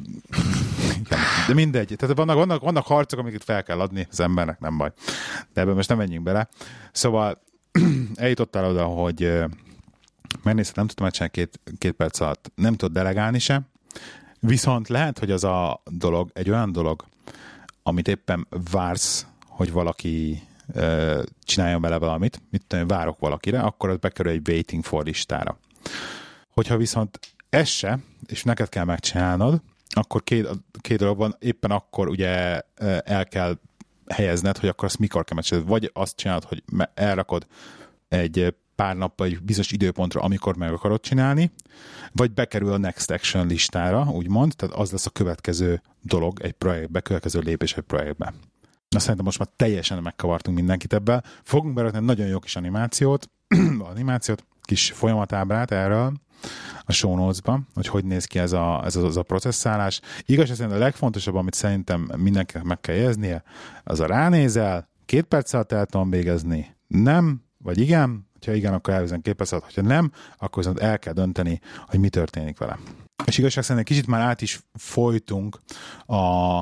de mindegy. Tehát vannak, vannak, vannak harcok, amiket fel kell adni az embernek, nem baj. De ebben most nem menjünk bele. Szóval eljutottál oda, hogy megnézted, nem tudtam megcsinálni két, két perc alatt, nem tudod delegálni se, viszont lehet, hogy az a dolog, egy olyan dolog, amit éppen vársz, hogy valaki csináljon vele valamit, mit tudom, várok valakire, akkor az bekerül egy waiting for listára. Hogyha viszont ez se, és neked kell megcsinálnod, akkor két, két dolog van, éppen akkor ugye el kell helyezned, hogy akkor azt mikor kell megcsinálni. Vagy azt csinálod, hogy elrakod egy pár nappal egy bizonyos időpontra, amikor meg akarod csinálni, vagy bekerül a next action listára, úgymond, tehát az lesz a következő dolog egy projektbe, következő lépés egy projektbe. Na szerintem most már teljesen megkavartunk mindenkit ebben. Fogunk berakni nagyon jó kis animációt, animációt, kis folyamatábrát erről a show notes-ba, hogy hogy néz ki ez a, ez az a processzálás. Igaz, szerint a legfontosabb, amit szerintem mindenkinek meg kell jegyeznie, az a ránézel, két perc alatt el tudom végezni, nem, vagy igen, ha igen, akkor elvégzem két perc alatt, hogyha nem, akkor viszont el kell dönteni, hogy mi történik vele. És igazság szerint egy kicsit már át is folytunk a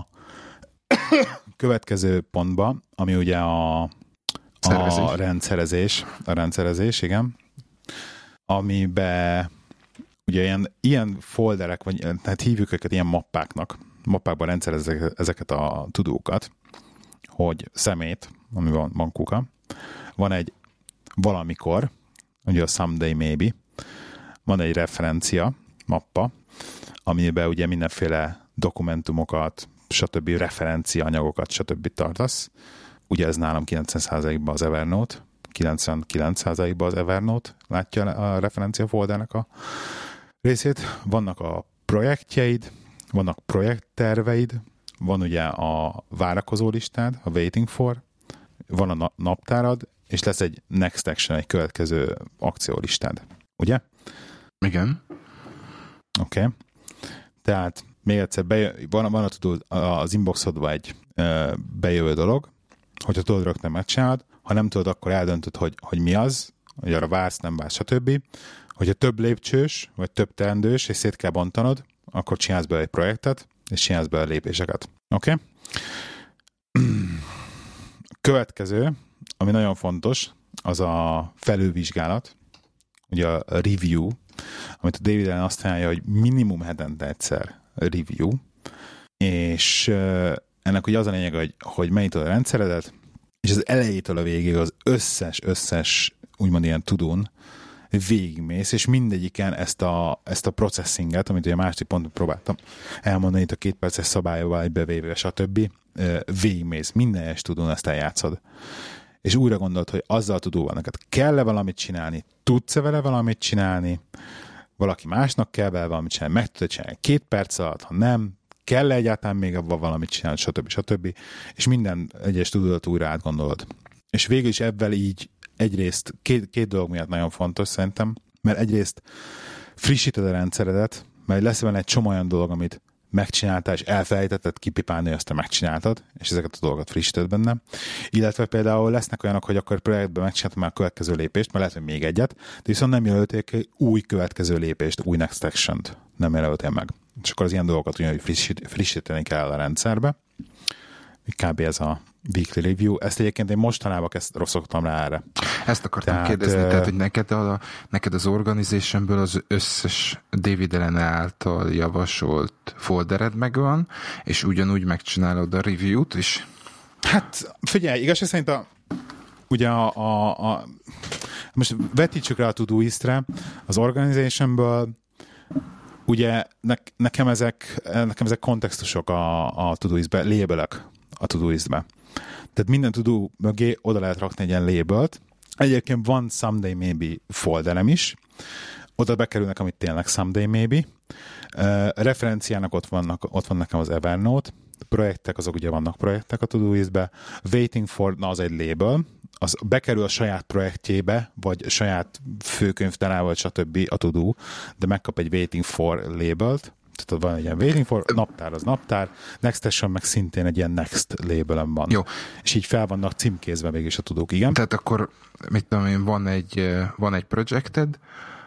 következő pontba, ami ugye a, a rendszerezés, a rendszerezés, igen, amiben ugye ilyen, ilyen folderek, vagy hát hívjuk őket ilyen mappáknak, mappákban rendszerezzek ezeket a tudókat, hogy szemét, ami van, van kuka, van egy valamikor, ugye a someday maybe, van egy referencia mappa, amiben ugye mindenféle dokumentumokat, stb. Referencia anyagokat, stb. Tartasz. Ugye ez nálam kilencven százalékban az Evernote, kilencvenkilenc százalékban az Evernote látja a referencia foldernek a részét. Vannak a projektjeid, vannak projektterveid, van ugye a várakozó listád, a waiting for, van a naptárad, és lesz egy next action, egy következő akciólistád. Ugye? Igen. Oké. Okay. Tehát még egyszer, bejö- van, van a tudod, az inboxodban egy ö, bejövő dolog, hogyha tudod, rögtön megcsinálod, ha nem tudod, akkor eldöntöd, hogy, hogy mi az, hogy arra vársz, nem vársz, stb. Hogyha több lépcsős, vagy több teendős, és szét kell bontanod, akkor csinálsz be egy projektet, és csinálsz be a lépéseket. Oké? Okay? Következő, ami nagyon fontos, az a felülvizsgálat, ugye a review, amit a David Allen azt mondja, hogy minimum hetente egyszer review, és ennek ugye az a lényeg, hogy, hogy megnyitod a rendszeredet, és az elejétől a végéig az összes, összes úgymond ilyen tudón végigmész, és mindegyiken ezt a, ezt a processinget, amit ugye a másik ponton próbáltam elmondani itt a két perces szabályoval, egy bevéve, stb. Végigmész, minden egyes tudón ezt eljátszod. És újra gondolod, hogy azzal a tudóval neked kell-e valamit csinálni, tudsz-e vele valamit csinálni, valaki másnak kell vele valamit csinálni, meg tudod csinálni két perc alatt, ha nem, kell-e egyáltalán még abban valamit csinálni, stb. stb. És minden egyes tudódat újra átgondolod. És végül is ebben így egyrészt két, két dolog miatt nagyon fontos szerintem, mert egyrészt frissíted a rendszeredet, mert lesz benne egy csomó olyan dolog, amit megcsináltál, és elfelejtetted kipipálni, hogy azt te megcsináltad, és ezeket a dolgokat frissíted benne. Illetve például lesznek olyanok, hogy akkor projektben megcsináltam már a következő lépést, mert lehet, hogy még egyet, de viszont nem jelölték új következő lépést, új next action-t nem jelöltél meg. És akkor az ilyen dolgokat ugyanúgy frissít, frissíteni kell a rendszerbe. Kb. Ez a weekly review. Ezt egyébként én mostanában kezd, rosszoktam rá erre. Ezt akartam tehát, kérdezni, tehát, hogy neked, a, neked az Organizationből az összes David Allen által javasolt foldered megvan, és ugyanúgy megcsinálod a review-t is? Hát figyelj, igazság szerint a, ugye a, a, a most vetítsük rá a Todoist-re, az Organizationből ugye ne, nekem, ezek, nekem ezek kontextusok a, a Todoist-be, labelek a Todoist-be. Tehát minden tudó mögé oda lehet rakni egy ilyen labelt. Egyébként van Someday Maybe folderem is. Oda bekerülnek, amit tényleg Someday Maybe. Uh, referenciának ott, vannak, ott van nekem az Evernote. Projektek, azok ugye vannak projektek a Todoist-be. Waiting for, na az egy label. Az bekerül a saját projektjébe, vagy a saját főkönyvtárával, vagy stb. A Todo, de megkap egy Waiting for labelt. Tehát van egy ilyen waiting for, naptár az naptár, next action meg szintén egy ilyen next labelem van. Jó. És így fel vannak címkézve mégis a tudók, igen. Tehát akkor, mit tudom én, van egy, van egy projected,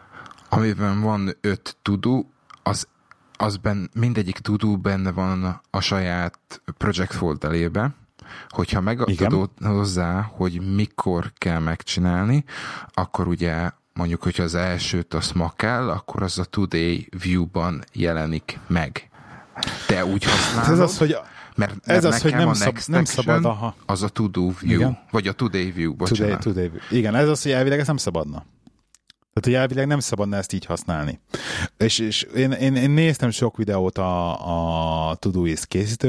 amiben van öt tudó, az, az ben, mindegyik tudó benne van a saját project folderébe, hogyha megadod hozzá, hogy mikor kell megcsinálni, akkor ugye mondjuk, hogyha az elsőt azt ma kell, akkor az a Today View-ban jelenik meg. Te úgy használod, ez az, hogy, mert, mert ez az, hogy nem, a szab, nem szabad, aha. Az a To-Do View, igen? Vagy a Today View, bocsánat. Today, today view. Igen, ez az, hogy elvileg ez nem szabadna. Tehát, hogy elvileg nem szabadna ezt így használni. És, és én, én, én néztem sok videót a, a Todoist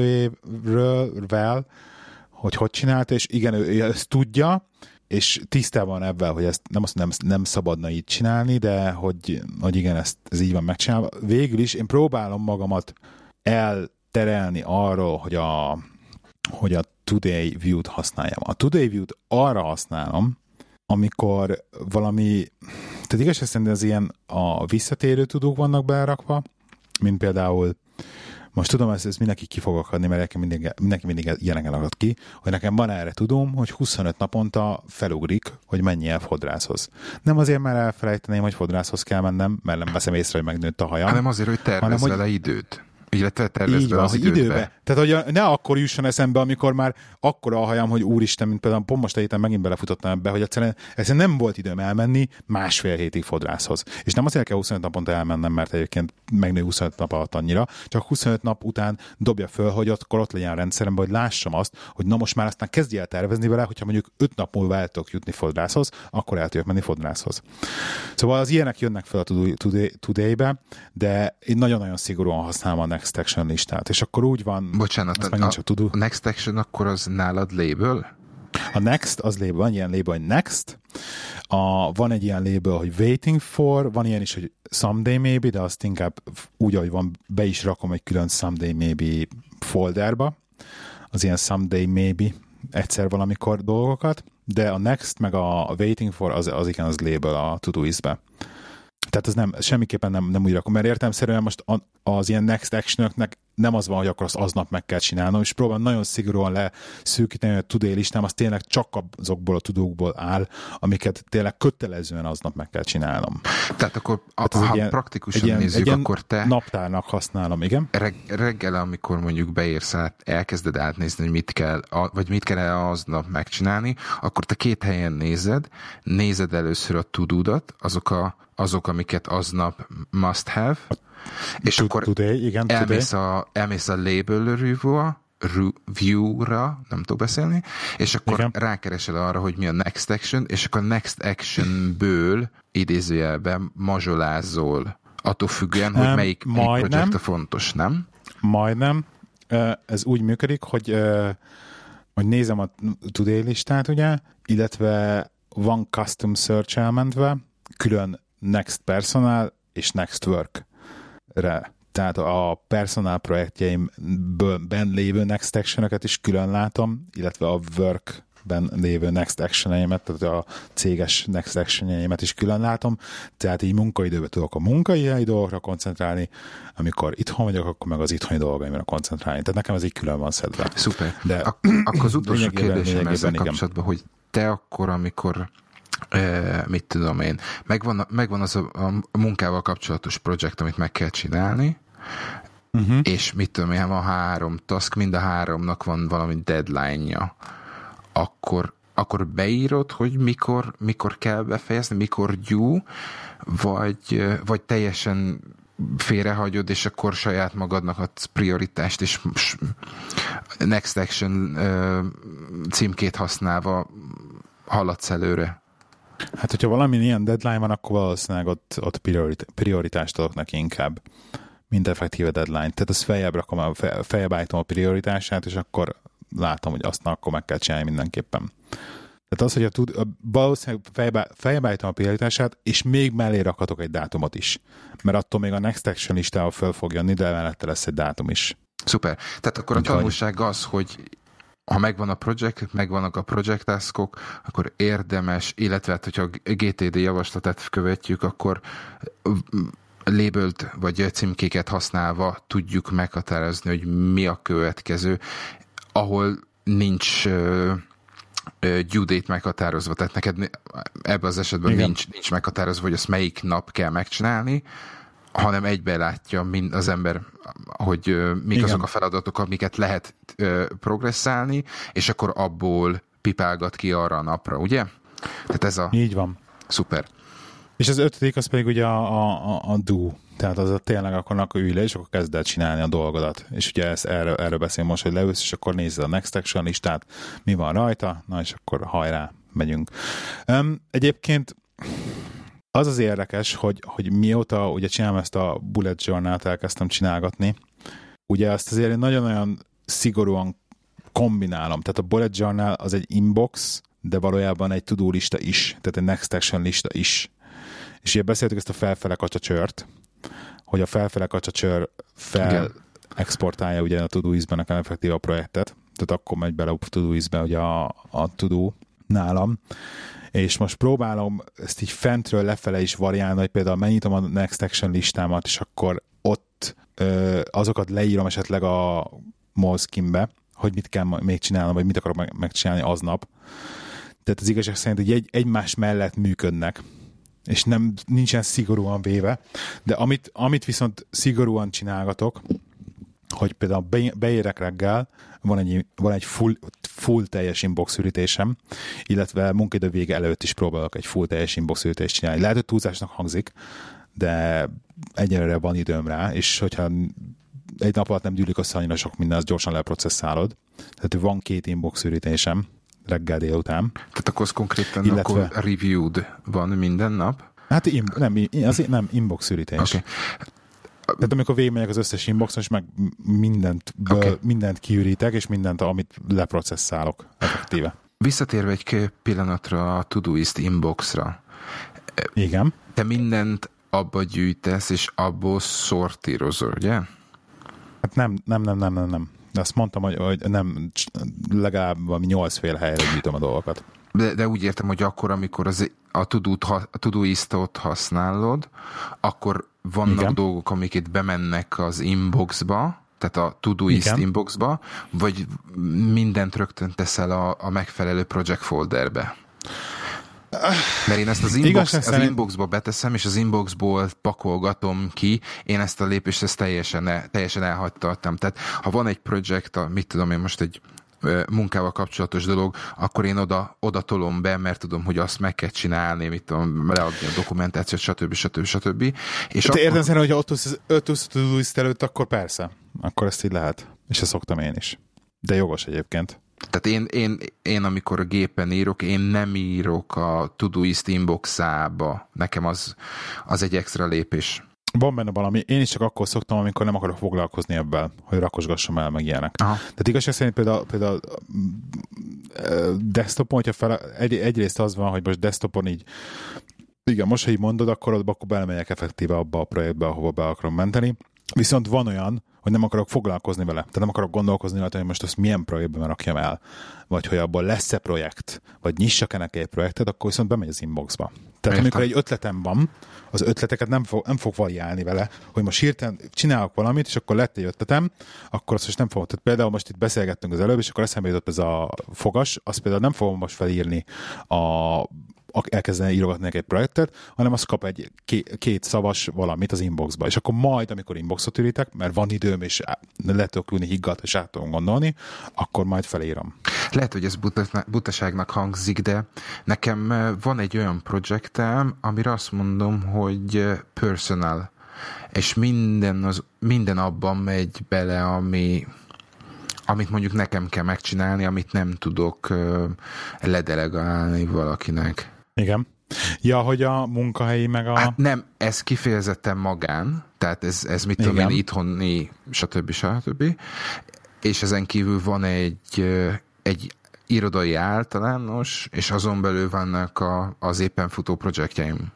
készítőjéről, hogy hogy csinálta, és igen, ő, ő ezt tudja, és tisztában van ebben, hogy ezt nem, azt nem, nem szabadna így csinálni, de hogy, hogy igen, ezt, ez így van megcsinálva. Végül is én próbálom magamat elterelni arról, hogy a, hogy a Today View-t használjam. A Today View-t arra használom, amikor valami, tehát igazság szerint az ilyen a visszatérő tudók vannak berakva, mint például most tudom, ezt, ezt mindenki ki fog akadni, mert nekem mindig, mindenki mindig ilyeneken akad ki, hogy nekem van erre tudom, hogy huszonöt naponta felugrik, hogy mennyi el fodrászhoz. Nem azért, mert elfelejteném, hogy fodrászhoz kell mennem, mert nem veszem észre, hogy megnőtt a hajam. Hanem azért, hogy tervez hanem, vele hogy... időt. Illetve tervezd be az időbe. időbe. Tehát, hogy ne akkor jusson eszembe, amikor már akkora a hajam, hogy úristen, mint például pont most a héten megint belefutottam ebbe, hogy egyszerűen, egyszerűen nem volt időm elmenni másfél hétig fodrászhoz. És nem azért kell huszonöt naponta elmennem, mert egyébként megnő huszonöt nap alatt annyira, csak huszonöt nap után dobja föl, hogy ott, akkor ott legyen a rendszeremben, hogy lássam azt, hogy na most már aztán kezdj el tervezni vele, hogyha mondjuk öt nap múlva el tudok jutni fodrászhoz, akkor el tudok menni fodrászhoz. Szóval az ilyenek jönnek fel a Today-be, de én nagyon-nagyon szigorúan használom a Next Action listát, és akkor úgy van... Bocsánat, a, a Next Action akkor az nálad label? A Next, az label, van ilyen label, hogy Next, a, van egy ilyen label, hogy Waiting for, van ilyen is, hogy Someday Maybe, de azt inkább úgy, ahogy van, be is rakom egy külön Someday Maybe folderba, az ilyen Someday Maybe egyszer valamikor dolgokat, de a Next meg a Waiting for, az, az igen, az label a Todoist-be. Tehát ez nem, semmiképpen nem, nem úgy rakom, mert értelemszerűen most az ilyen next action-öknek nem az van, hogy akkor azt aznap meg kell csinálnom, és próbálom nagyon szigorúan leszűkíteni, hogy a to-do listám az tényleg csak azokból a tudókból áll, amiket tényleg kötelezően aznap meg kell csinálnom. Tehát akkor, a, Tehát ha ilyen, praktikusan ilyen, nézzük, akkor te naptárnak használom, igen? Reg, reggel, amikor mondjuk beérsz át, elkezded átnézni, hogy mit kell, vagy mit kell aznap megcsinálni, akkor te két helyen nézed, nézed először a to-do-dat, azok a azok, amiket aznap must have, és to, akkor today, igen, elmész, a, elmész a label review-ra, nem tudok beszélni, és akkor igen. rákeresel arra, hogy mi a next action, és akkor a next actionből idézőjelben mazsolázol, attól függően, hogy melyik, melyik projekt a fontos, nem? Majdnem. Ez úgy működik, hogy, hogy nézem a today listát, ugye, illetve van custom search elmentve, külön Next Personal és Next Work-re. Tehát a personal projektjeimben lévő Next Action-öket is külön látom, illetve a Work projektben lévő next action-eimet, tehát a céges next action-eimet is külön látom, tehát így munkaidőben tudok a munkai dolgokra koncentrálni, amikor itthon vagyok, akkor meg az itthoni dolgaimra koncentrálni. Tehát nekem ez így külön van szedve. Szuper. De Ak- akkor az utolsó kérdésem ezzel kapcsolatban, hogy te akkor, amikor e, mit tudom én, megvan, megvan az a, a munkával kapcsolatos projekt, amit meg kell csinálni, uh-huh. és mit tudom én, van három task, mind a háromnak van valami deadline-ja, akkor, akkor beírod, hogy mikor, mikor kell befejezni, mikor due, vagy, vagy teljesen félrehagyod, és akkor saját magadnak adsz prioritást, és next action címkét használva haladsz előre. Hát, hogyha valami ilyen deadline van, akkor valószínűleg ott, ott priorit- prioritást adok neki inkább, mint effektíve deadline. Tehát az feljebb rakom, feljebb állítom a prioritását, és akkor látom, hogy azt akkor meg kell csinálni mindenképpen. Tehát az, hogy a tud, a, valószínűleg feljebb állítom a prioritását, és még mellé rakhatok egy dátumot is. Mert attól még a next action listával föl fog jönni, de mellette lesz egy dátum is. Szuper. Tehát akkor úgy a tanulság az, hogy ha megvan a projekt, megvannak a project taskok, akkor érdemes, illetve hát, hogyha a gé té dé javaslatát követjük, akkor labelt vagy címkéket használva tudjuk meghatározni, hogy mi a következő, ahol nincs uh, due date meghatározva, tehát neked ebben az esetben nincs, nincs meghatározva, hogy azt melyik nap kell megcsinálni, hanem egyben látja mind az ember, hogy uh, mik Igen. azok a feladatok, amiket lehet uh, progresszálni, és akkor abból pipálgat ki arra a napra, ugye? Tehát ez a... Így van. Szuper. És az ötödik az pedig ugye a, a, a do, tehát az a tényleg akkor, akkor ülj le, és akkor kezd el csinálni a dolgodat. És ugye ezt, erről, erről beszélünk most, hogy leülsz, és akkor nézd a next action listát, mi van rajta, na és akkor hajrá, megyünk. Um, egyébként az az érdekes, hogy, hogy mióta ugye csinálom ezt a bullet journal-t, elkezdtem csinálgatni, ugye azt azért nagyon-nagyon szigorúan kombinálom. Tehát a bullet journal az egy inbox, de valójában egy to-do lista is, tehát egy next action lista is. És ugye beszéltük ezt a felfele kacsacsört, hogy a felfele kacsacsör fel exportálja ugye a Todoist-ben nekem effektíve a projektet, tehát akkor megy bele a Todoist-be ugye a, a Todo nálam, és most próbálom ezt így fentről lefele is variálni, hogy például megnyitom a next action listámat, és akkor ott ö, azokat leírom esetleg a Moleskine-be, hogy mit kell még csinálnom, vagy mit akarok megcsinálni aznap. Tehát az igazság szerint, hogy egy, egymás mellett működnek, és nem, nincsen szigorúan véve, de amit, amit viszont szigorúan csinálgatok, hogy például be, beérek reggel, van egy, van egy full, full teljes inbox ürítésem, illetve munkaidő vége előtt is próbálok egy full teljes inbox ürítést csinálni. Lehet, hogy túlzásnak hangzik, de egyelőre van időm rá, és hogyha egy nap alatt nem gyűlik össze annyira sok minden, az gyorsan leprocesszálod. Tehát van két inbox ürítésem reggel délután. Tehát akkor az konkrétan illetve, akkor reviewed van minden nap? Hát im, nem, az nem inbox ürítés. Okay. Tehát amikor végigmegyek az összes inboxon, és meg mindent, okay. mindent kiürítek, és mindent, amit leprocesszálok effektíve. Visszatérve egy pillanatra a Todoist inboxra. Igen. Te mindent abba gyűjtesz, és abból szortírozol, ugye? Hát nem, nem, nem, nem, nem, nem. De azt mondtam, hogy, hogy nem, legalább valami nyolcféle helyre gyűjtöm a dolgokat. De, de úgy értem, hogy akkor, amikor az, a Todoistot használod, akkor vannak Igen. dolgok, amik itt bemennek az inboxba, tehát a Todoist Igen. inboxba, vagy mindent rögtön teszel a, a megfelelő project folderbe. Mert én ezt az, inbox, az szerint... inboxba beteszem, és az inboxból pakolgatom ki, én ezt a lépést ezt teljesen, el, teljesen elhagytam. Tehát ha van egy projekt, mit tudom én most egy munkával kapcsolatos dolog, akkor én oda, oda tolom be, mert tudom, hogy azt meg kell csinálni, mit tudom, leadni a dokumentációt, stb. stb. stb. És te akkor... értem szerint, hogy ott tudsz Todoist előtt, akkor persze. Akkor ezt így lehet. És ezt szoktam én is. De jogos egyébként. Tehát én, én, én amikor a gépen írok, én nem írok a Todoist inboxába. Nekem az, az egy extra lépés. Van benne valami. Én is csak akkor szoktam, amikor nem akarok foglalkozni ebben, hogy rakosgassam el, meg ilyenek. Aha. Tehát igazság szerint például, például desktopon, hogyha fel, egy, egyrészt az van, hogy most desktopon így igen, most, ha így mondod, akkor ott akkor belemegyek effektíve abba a projektbe, ahova be akarom menteni, Viszont van olyan, hogy nem akarok foglalkozni vele. Tehát nem akarok gondolkozni vele, hogy most azt milyen projektben rakjam el, vagy hogy abból lesz-e projekt, vagy nyissak-e neki egy projektet, akkor viszont bemegy az inboxba. Tehát Értem. amikor egy ötletem van, az ötleteket nem fog, nem fog variálni vele, hogy most hirtelen csinálok valamit, és akkor lett egy ötletem, akkor azt most nem fogom. Tehát például most itt beszélgettünk az előbb, és akkor eszembe jutott ez a fogas, azt például nem fogom most felírni a elkezdeni írogatni egy projektet, hanem az kap egy két szavas valamit az inboxba. És akkor majd, amikor inboxot ürítek, mert van időm, és le tudok ülni higgadt, és át tudom gondolni, akkor majd felírom. Lehet, hogy ez butaságnak hangzik, de nekem van egy olyan projektem, amire azt mondom, hogy personal, és minden, az, minden abban megy bele, ami amit mondjuk nekem kell megcsinálni, amit nem tudok uh, ledelegálni valakinek. Igen. Ja, hogy a munkahelyi meg a... Hát nem, ez kifejezetten magán, tehát ez, ez mit tudom én, itthoni, stb. stb. És ezen kívül van egy, egy irodai általános, és azon belül vannak a, az éppen futó projektjeim.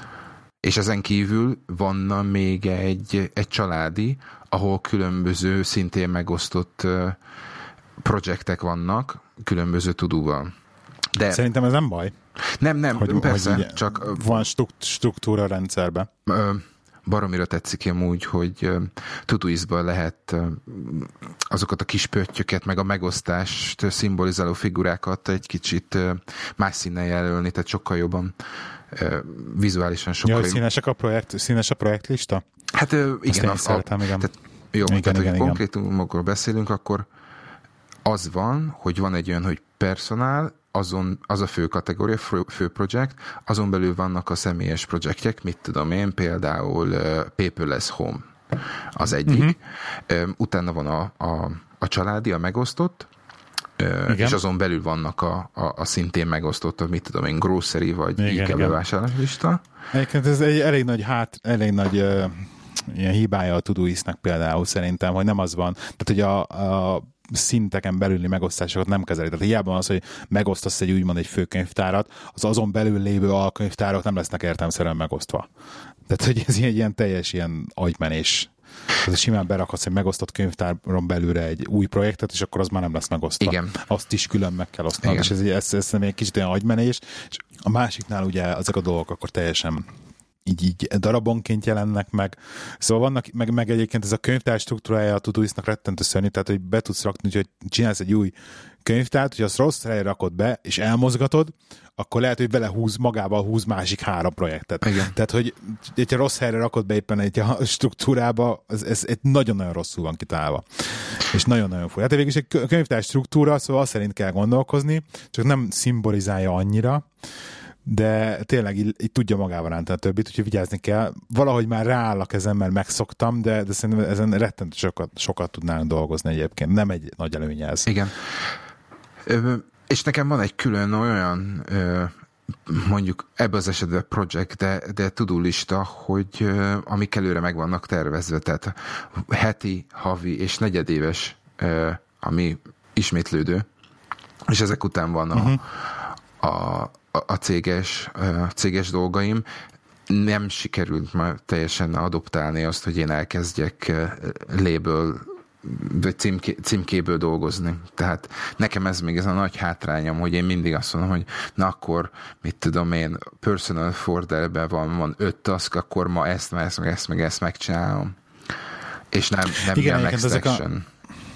És ezen kívül vanna még egy, egy családi, ahol különböző, szintén megosztott projektek vannak, különböző tudóval. De szerintem ez nem baj. Nem, nem, hogy, persze, hogy csak... Van struktúra a rendszerben. Baromira tetszik amúgy, hogy Todoistban lehet azokat a kis pöttyöket, meg a megosztást szimbolizáló figurákat egy kicsit más színnel jelölni, tehát sokkal jobban vizuálisan sokkal... Ja, színesek a projekt, színes a projektlista? Hát igen. A, szeretem, igen. Tehát, jó, igen, tehát igen, hogy konkrétumokról beszélünk, akkor az van, hogy van egy olyan, hogy personál, azon, az a fő kategória, fő, fő projekt, azon belül vannak a személyes projektek, mit tudom én, például uh, Paperless Home az egyik. Uh-huh. Um, utána van a, a, a családi, a megosztott, uh, és azon belül vannak a, a, a szintén megosztott, mit tudom én, grocery vagy IKEA bevásárláslista. Egyébként ez egy elég nagy hát, elég nagy uh, ilyen hibája a Todoistnak például szerintem, hogy nem az van. Tehát, hogy a, a szinteken belüli megosztásokat nem kezeli. Tehát hiába van az, hogy megosztasz egy úgymond egy főkönyvtárat, az azon belül lévő alkönyvtárok nem lesznek értelemszerűen megosztva. Tehát, hogy ez egy ilyen teljes ilyen agymenés. Tehát simán berakhatsz egy megosztott könyvtáron belülre egy új projektet, és akkor az már nem lesz megosztva. Igen. Azt is külön meg kell osztani. És ez, ez, ez, ez egy kicsit olyan agymenés, és a másiknál ugye ezek a dolgok akkor teljesen így, így darabonként jelennek meg. Szóval vannak, meg, meg egyébként ez a könyvtár struktúrája a Todoistnak rettentő szörnyű, tehát hogy be tudsz rakni, hogy csinálsz egy új könyvtárt, hogy azt rossz helyre rakod be, és elmozgatod, akkor lehet, hogy belehúz, magával húz másik három projektet. Igen. Tehát, hogy hogyha rossz helyre rakod be éppen egy struktúrába, ez, ez, ez nagyon-nagyon rosszul van kitálva. És nagyon-nagyon fura. Hát végül is egy könyvtár struktúra, szóval azt szerint kell gondolkozni, csak nem szimbolizálja annyira, de tényleg így, így tudja magával rántani a többit, úgyhogy vigyázni kell. Valahogy már rááll a kezem, mert megszoktam, de, de szerintem ezen rettentő sokat, sokat tudnánk dolgozni egyébként. Nem egy nagy előnye ez. Igen. Ö, és nekem van egy külön olyan, ö, mondjuk ebben az esetben projekt, de, de tudólista, hogy ö, amik előre meg vannak tervezve, tehát heti, havi és negyedéves, ö, ami ismétlődő, és ezek után van a, uh-huh. a a céges, a céges dolgaim. Nem sikerült már teljesen adoptálni azt, hogy én elkezdjek label vagy címké, címkéből dolgozni. Tehát nekem ez még ez a nagy hátrányom, hogy én mindig azt mondom, hogy na akkor, mit tudom én, personal folderben van, van öt task, akkor ma ezt, meg ezt, meg ezt, meg ezt megcsinálom. És nem, nem igen, a next action.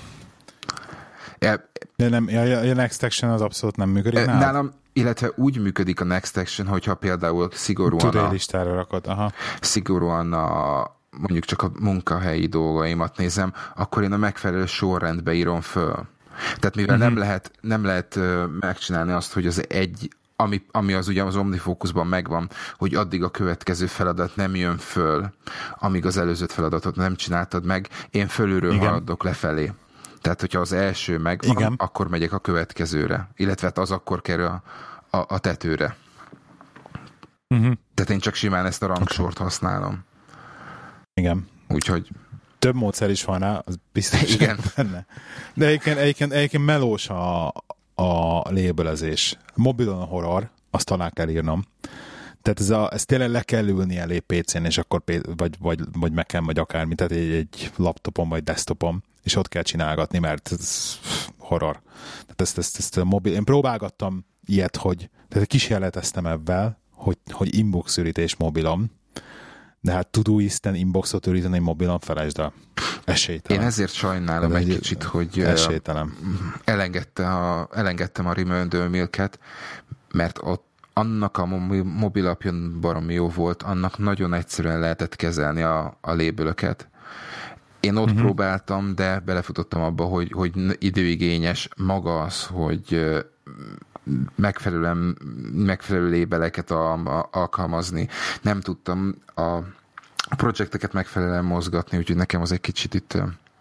A... Ja, de nem, a, a next action az abszolút nem működik nálad? Nálam illetve úgy működik a next action, hogyha például szigorúan a, listára rakod, aha. szigorúan a, mondjuk csak a munkahelyi dolgaimat nézem, akkor én a megfelelő sorrendbe írom föl. Tehát mivel uh-huh. nem lehet, nem lehet uh, megcsinálni azt, hogy az egy, ami, ami az ugye az OmniFocusban megvan, hogy addig a következő feladat nem jön föl, amíg az előző feladatot nem csináltad meg, én fölülről Igen. haladok lefelé. Tehát, hogyha az első megvan, Igen. akkor megyek a következőre. Illetve hát az akkor kerül a, a, a tetőre. Uh-huh. Tehát én csak simán ezt a rangsort okay. használom. Igen. Úgyhogy... Több módszer is van rá, az biztos Igen. benne. De egyébként, egyébként, egyébként melós a, a labelezés. Mobilon a horror, azt talán kell írnom. Tehát ez, a, ez tényleg le kell ülni elé pé cén, és akkor vagy, vagy, vagy Mac-en, vagy akármi, tehát egy, egy laptopon, vagy desktopon, és ott kell csinálgatni, mert ez horror. Tehát ezt, ezt, ezt a mobil... Én próbálgattam ilyet, hogy tehát kísérleteztem ebben, hogy, hogy inbox ürítés mobilon, de hát Todoisten inboxot üríteni mobilon, felejtsd el. Esélytelen. Én ezért sajnálom egy, egy kicsit, hogy esélytelen. Elengedte a, elengedtem a Remindr Milket, mert ott annak a mobil appjon baromi jó volt, annak nagyon egyszerűen lehetett kezelni a, a lébölöket. Én ott uh-huh. próbáltam, de belefutottam abba, hogy, hogy időigényes maga az, hogy megfelelően, megfelelő lébeleket a, a, alkalmazni. Nem tudtam a, a projekteket megfelelően mozgatni, úgyhogy nekem az egy kicsit itt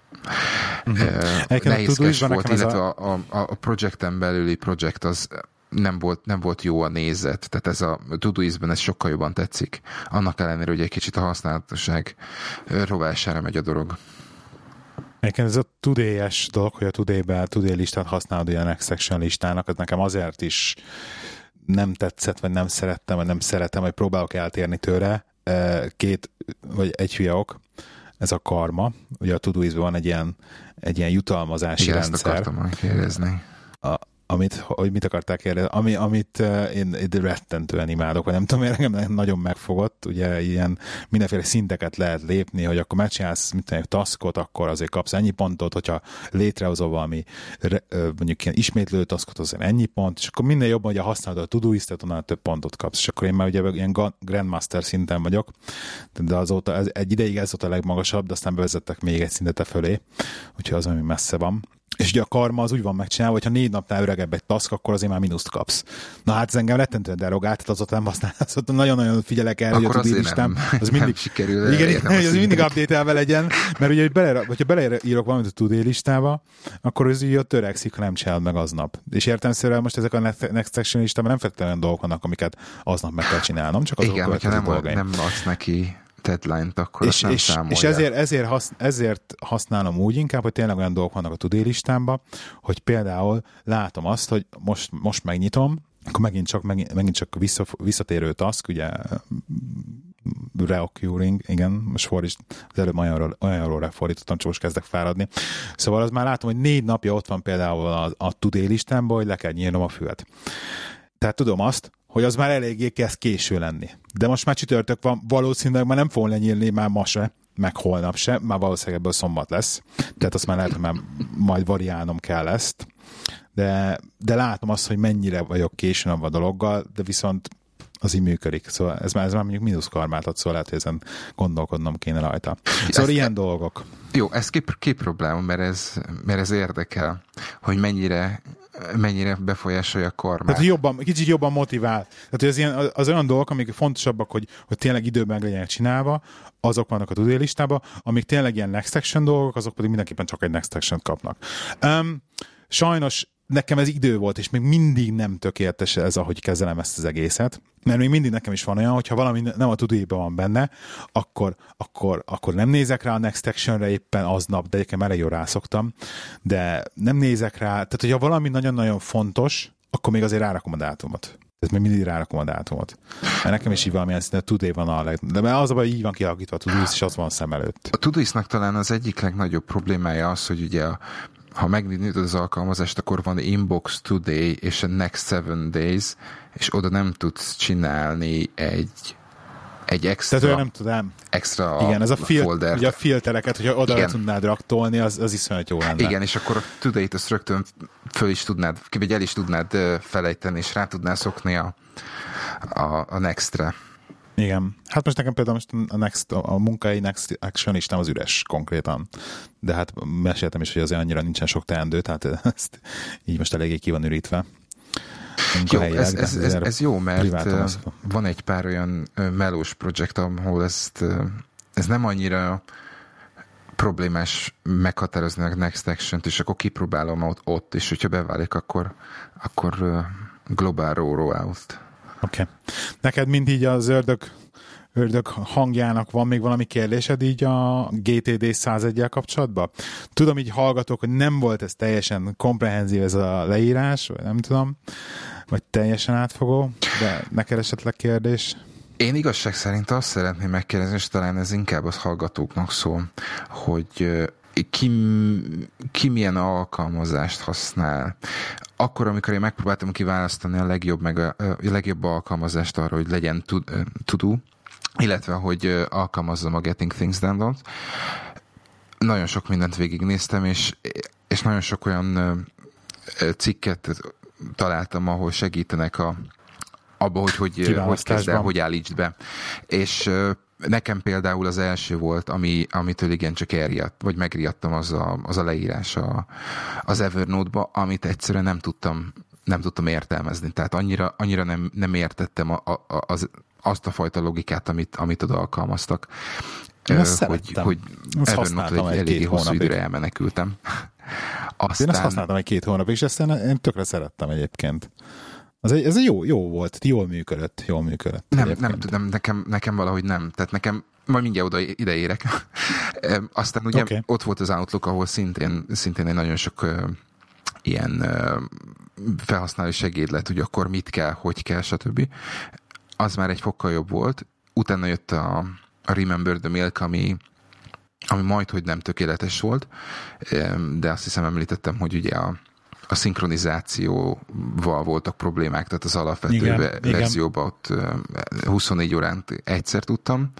uh-huh. uh, nehézkes volt, illetve a, a, a projekten belüli projekt az nem volt, nem volt jó a nézet, tehát ez a Todoistben ez sokkal jobban tetszik. Annak ellenére, hogy egy kicsit a használatosság rovására megy a dolog. Egyébként ez a Today-es dolog, hogy a Today-ben, a Today listát használod a Next Section listának, ez nekem azért is nem tetszett, vagy nem szerettem, vagy nem szeretem, vagy próbálok eltérni tőle. Két, vagy egy hülye ok, ez a karma. Ugye a Todoistban van egy ilyen, egy ilyen jutalmazási igen, rendszer. Igen, ezt akartam kérdezni. A, amit, hogy mit akarták kérdezni? Ami, amit uh, én, én rettentően imádok, vagy nem tudom, engem nagyon megfogott, ugye ilyen mindenféle szinteket lehet lépni, hogy akkor megcsinálsz mit tudom, taskot, akkor azért kapsz ennyi pontot, hogyha létrehozol valami mondjuk ilyen ismétlő taskot, azért ennyi pont, és akkor minden jobban, hogy használod a Todoistet, onnan több pontot kapsz, és akkor én már ugye ilyen Grandmaster szinten vagyok, de azóta ez, egy ideig ez volt a legmagasabb, de aztán bevezettek még egy szintet fölé, úgyhogy az, ami messze van. És ugye a karma az úgy van megcsinálva, hogy ha négy napnál öregebb egy task, akkor azért már mínuszt kapsz. Na hát ez engem rettentően derogált, tehát azóta nem használ, azóta nagyon-nagyon figyelek el, akkor hogy a tudélistám az mindig, sikerül. Igen, igen az mindig update-elve legyen, mert ugye, hogy bele, hogyha beleírok valamit a tudélistába, akkor az így ott öregszik, ha nem csinálod meg aznap. És értelemszerűen most ezek a Next Section listában nem feltétlenül dolgok vannak, amiket aznap meg kell csinálnom, csak azok igen, hogyha nem, nem adsz neki deadline-t, akkor és, nem és, számolja. És ezért, ezért, hasz, ezért használom úgy inkább, hogy tényleg olyan dolgok vannak a to-do listámban, hogy például látom azt, hogy most, most megnyitom, akkor megint csak, megint, megint csak vissza, visszatérő task, ugye reoccurring, igen, most fordít, az előbb olyanról, olyanról refordítottam, csak most kezdek fáradni. Szóval az már látom, hogy négy napja ott van például a, a to-do listámban, hogy le kell nyírnom a füvet. Tehát tudom azt, hogy az már eléggé kezd késő lenni. De most már csütörtök van, valószínűleg már nem fogom lenyílni már ma se, meg holnap se, már valószínűleg ebből szombat lesz. Tehát azt már lehet, hogy már majd variálnom kell ezt. De, de látom azt, hogy mennyire vagyok későn abban a dologgal, de viszont az így működik. Szóval ez már, ez már mondjuk mínusz karmát ad, szóval lehet, hogy ezen gondolkodnom kéne rajta. Szóval ezt, ilyen dolgok. Jó, ez ki, ki probléma, mert ez, mert ez érdekel, hogy mennyire mennyire befolyásolja a karmát. Tehát jobban, kicsit jobban motivál. Tehát hogy az, ilyen, az olyan dolgok, amik fontosabbak, hogy, hogy tényleg időben legyenek csinálva, azok vannak a to-do listában, amik tényleg ilyen next action dolgok, azok pedig mindenképpen csak egy next action-t kapnak. Um, sajnos nekem ez idő volt, és még mindig nem tökéletes ez, ahogy kezelem ezt az egészet. Mert még mindig nekem is van olyan, hogyha valami nem a to-do-ban van benne, akkor, akkor, akkor nem nézek rá a next actionre éppen aznap, de egyébként elég jól rászoktam, de nem nézek rá, tehát hogyha valami nagyon-nagyon fontos, akkor még azért rárakom a dátumot. Tehát még mindig rárakom a dátumot. Mert nekem is így valamilyen szinten a to-do van a leg... De az a baj, így van kialakítva a to-do, és az van szem előtt. A to-do-nak talán az egyik legnagyobb problémája az, hogy ugye a ha megnyitod az alkalmazást, akkor van Inbox Today és a Next Seven Days, és oda nem tudsz csinálni egy, egy extra, Tehát nem tudom. extra igen, ez a, fil- foldert. Ugye a filtereket, hogyha oda igen. tudnád raktolni, az, az iszonyat jó lenne. Igen, és akkor a Today-t azt rögtön föl is tudnád, vagy el is tudnád felejteni, és rá tudnál szokni a, a, a Next-re. Igen. Hát most nekem például most a, next, a munkai Next Action is nem az üres konkrétan. De hát meséltem is, hogy azért annyira nincsen sok teendő, tehát ezt így most eléggé ki van ürítve. Jó, ez, ez, ez, ez jó, mert van egy pár olyan melós projekt, ahol ezt, ez nem annyira problémás meghatározni a Next Action-t, és akkor kipróbálom ott, ott és hogyha beválik, akkor, akkor globál rollout. Oké. Okay. Neked mind így az ördög, ördög hangjának van még valami kérdésed így a gé té dé százegyel kapcsolatban? Tudom, így hallgatok, hogy nem volt ez teljesen komprehenzív ez a leírás, vagy nem tudom, vagy teljesen átfogó, de neked esetleg kérdés? Én igazság szerint azt szeretném megkérdezni, és talán ez inkább az hallgatóknak szól, hogy ki, ki milyen alkalmazást használ. Akkor, amikor én megpróbáltam kiválasztani a legjobb, meg a, a legjobb alkalmazást arra, hogy legyen to-do, illetve hogy alkalmazzam a Getting Things Done-ot, nagyon sok mindent végignéztem, és, és nagyon sok olyan cikket találtam, ahol segítenek a, abba, hogy hogy, hogy kezd el, hogy állítsd be. És nekem például az első volt, ami, amitől igencsak elriadt, vagy megriadtam, az a, az a leírás a, az Evernote-ba, amit egyszerűen nem tudtam, nem tudtam értelmezni. Tehát annyira, annyira nem, nem értettem a, a, az, azt a fajta logikát, amit, amit oda alkalmaztak. Én hogy, hogy Evernote-t egy eléggé hosszú időre elmenekültem. Aztán... Én azt használtam egy két hónapig, és ezt én tökre szerettem egyébként. Ez egy, ez egy jó, jó volt, jól működött, jól működött. Nem, nem tudom, nekem, nekem valahogy nem. Tehát nekem, majd mindjárt oda ide érek. Aztán ugye okay. Ott volt az Outlook, ahol szintén, szintén egy nagyon sok uh, ilyen uh, felhasználói segéd lett, hogy akkor mit kell, hogy kell, stb. Az már egy fokkal jobb volt. Utána jött a, a Remember the Milk, ami ami majdhogy nem tökéletes volt, de azt hiszem említettem, hogy ugye a, a szinkronizációval voltak problémák, tehát az alapvető igen, verzióban ott huszonnégy órán egyszer tudtam,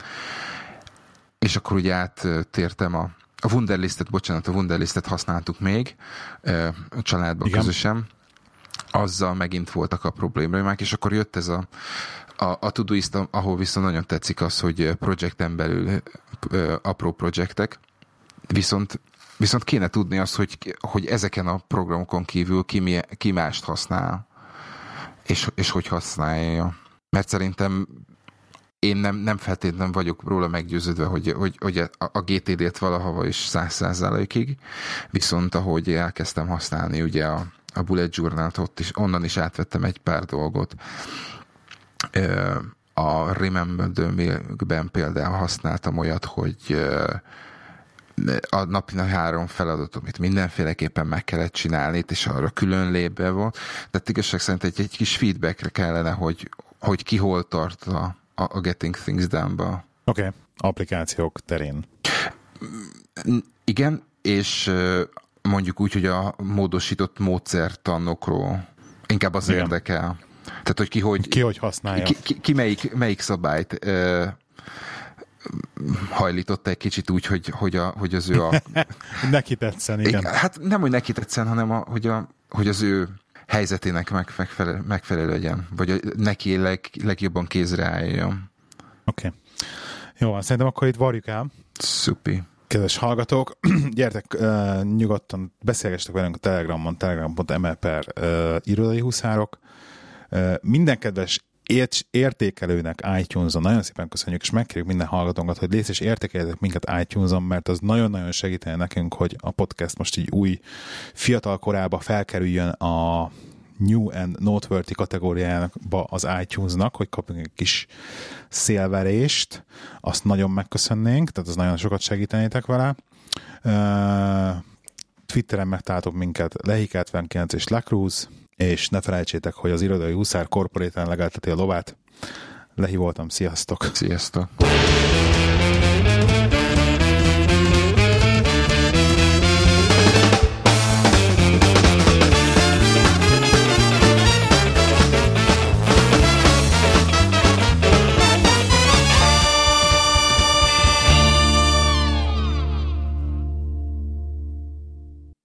és akkor ugye áttértem a, a Wunderlistet, bocsánat, a Wunderlistet használtuk még a családban igen. közösen, azzal megint voltak a problémák, és akkor jött ez a A, a Todoist, ahol viszont nagyon tetszik az, hogy projekten belül ö, apró projektek, viszont, viszont kéne tudni azt, hogy, hogy ezeken a programokon kívül ki, mi, ki mást használ, és, és hogy használja. Mert szerintem én nem, nem feltétlenül vagyok róla meggyőződve, hogy, hogy, hogy a, a gé té dét valahova is száz százalékig, viszont ahogy elkezdtem használni ugye a, a Bullet Journal-t, ott is, onnan is átvettem egy pár dolgot. A Remember the Milk-ben például használtam olyat, hogy a napinak három feladatot, amit mindenféleképpen meg kellett csinálni, és arra külön lépve volt. Tehát igazság szerint egy, egy kis feedbackre kellene, hogy, hogy ki hol tart a, a Getting Things Done-ba. Oké, okay. Applikációk terén. Igen, és mondjuk úgy, hogy a módosított módszertanokról inkább az igen. érdekel. Tehát, hogy ki hogy, ki, hogy használja. Ki, ki, ki melyik, melyik szabályt ö, hajlította egy kicsit úgy, hogy, hogy, a, hogy az ő a... neki tetszen, igen. Hát nem, hogy neki tetszen, hanem a, hogy, a, hogy az ő helyzetének megfelelő, megfelelő legyen. Vagy neki leg, legjobban kézre álljon. Oké. Okay. Jó, szerintem akkor itt varjuk el. Szupi. Kedves hallgatók, gyertek uh, nyugodtan, beszélgestek velünk a Telegramon, telegram pont me per uh, irodai huszárok. Uh, minden kedves ért- értékelőnek iTunes-on nagyon szépen köszönjük, és megkérjük minden hallgatónkat, hogy légy és értékeljetek minket iTunes-on, mert az nagyon-nagyon segítene nekünk, hogy a podcast most így új fiatal korába felkerüljön a New and Noteworthy kategóriájába az iTunes-nak, hogy kapjunk egy kis szélverést, azt nagyon megköszönnénk, tehát az nagyon sokat segítenétek vele. Uh, Twitteren megtaláltok minket Lehik hetvenkilenc és Lacruz, és ne felejtsétek, hogy az Irodai Huszár Corporate-en legelteti a lovát. Lehi voltam, sziasztok! Sziasztok!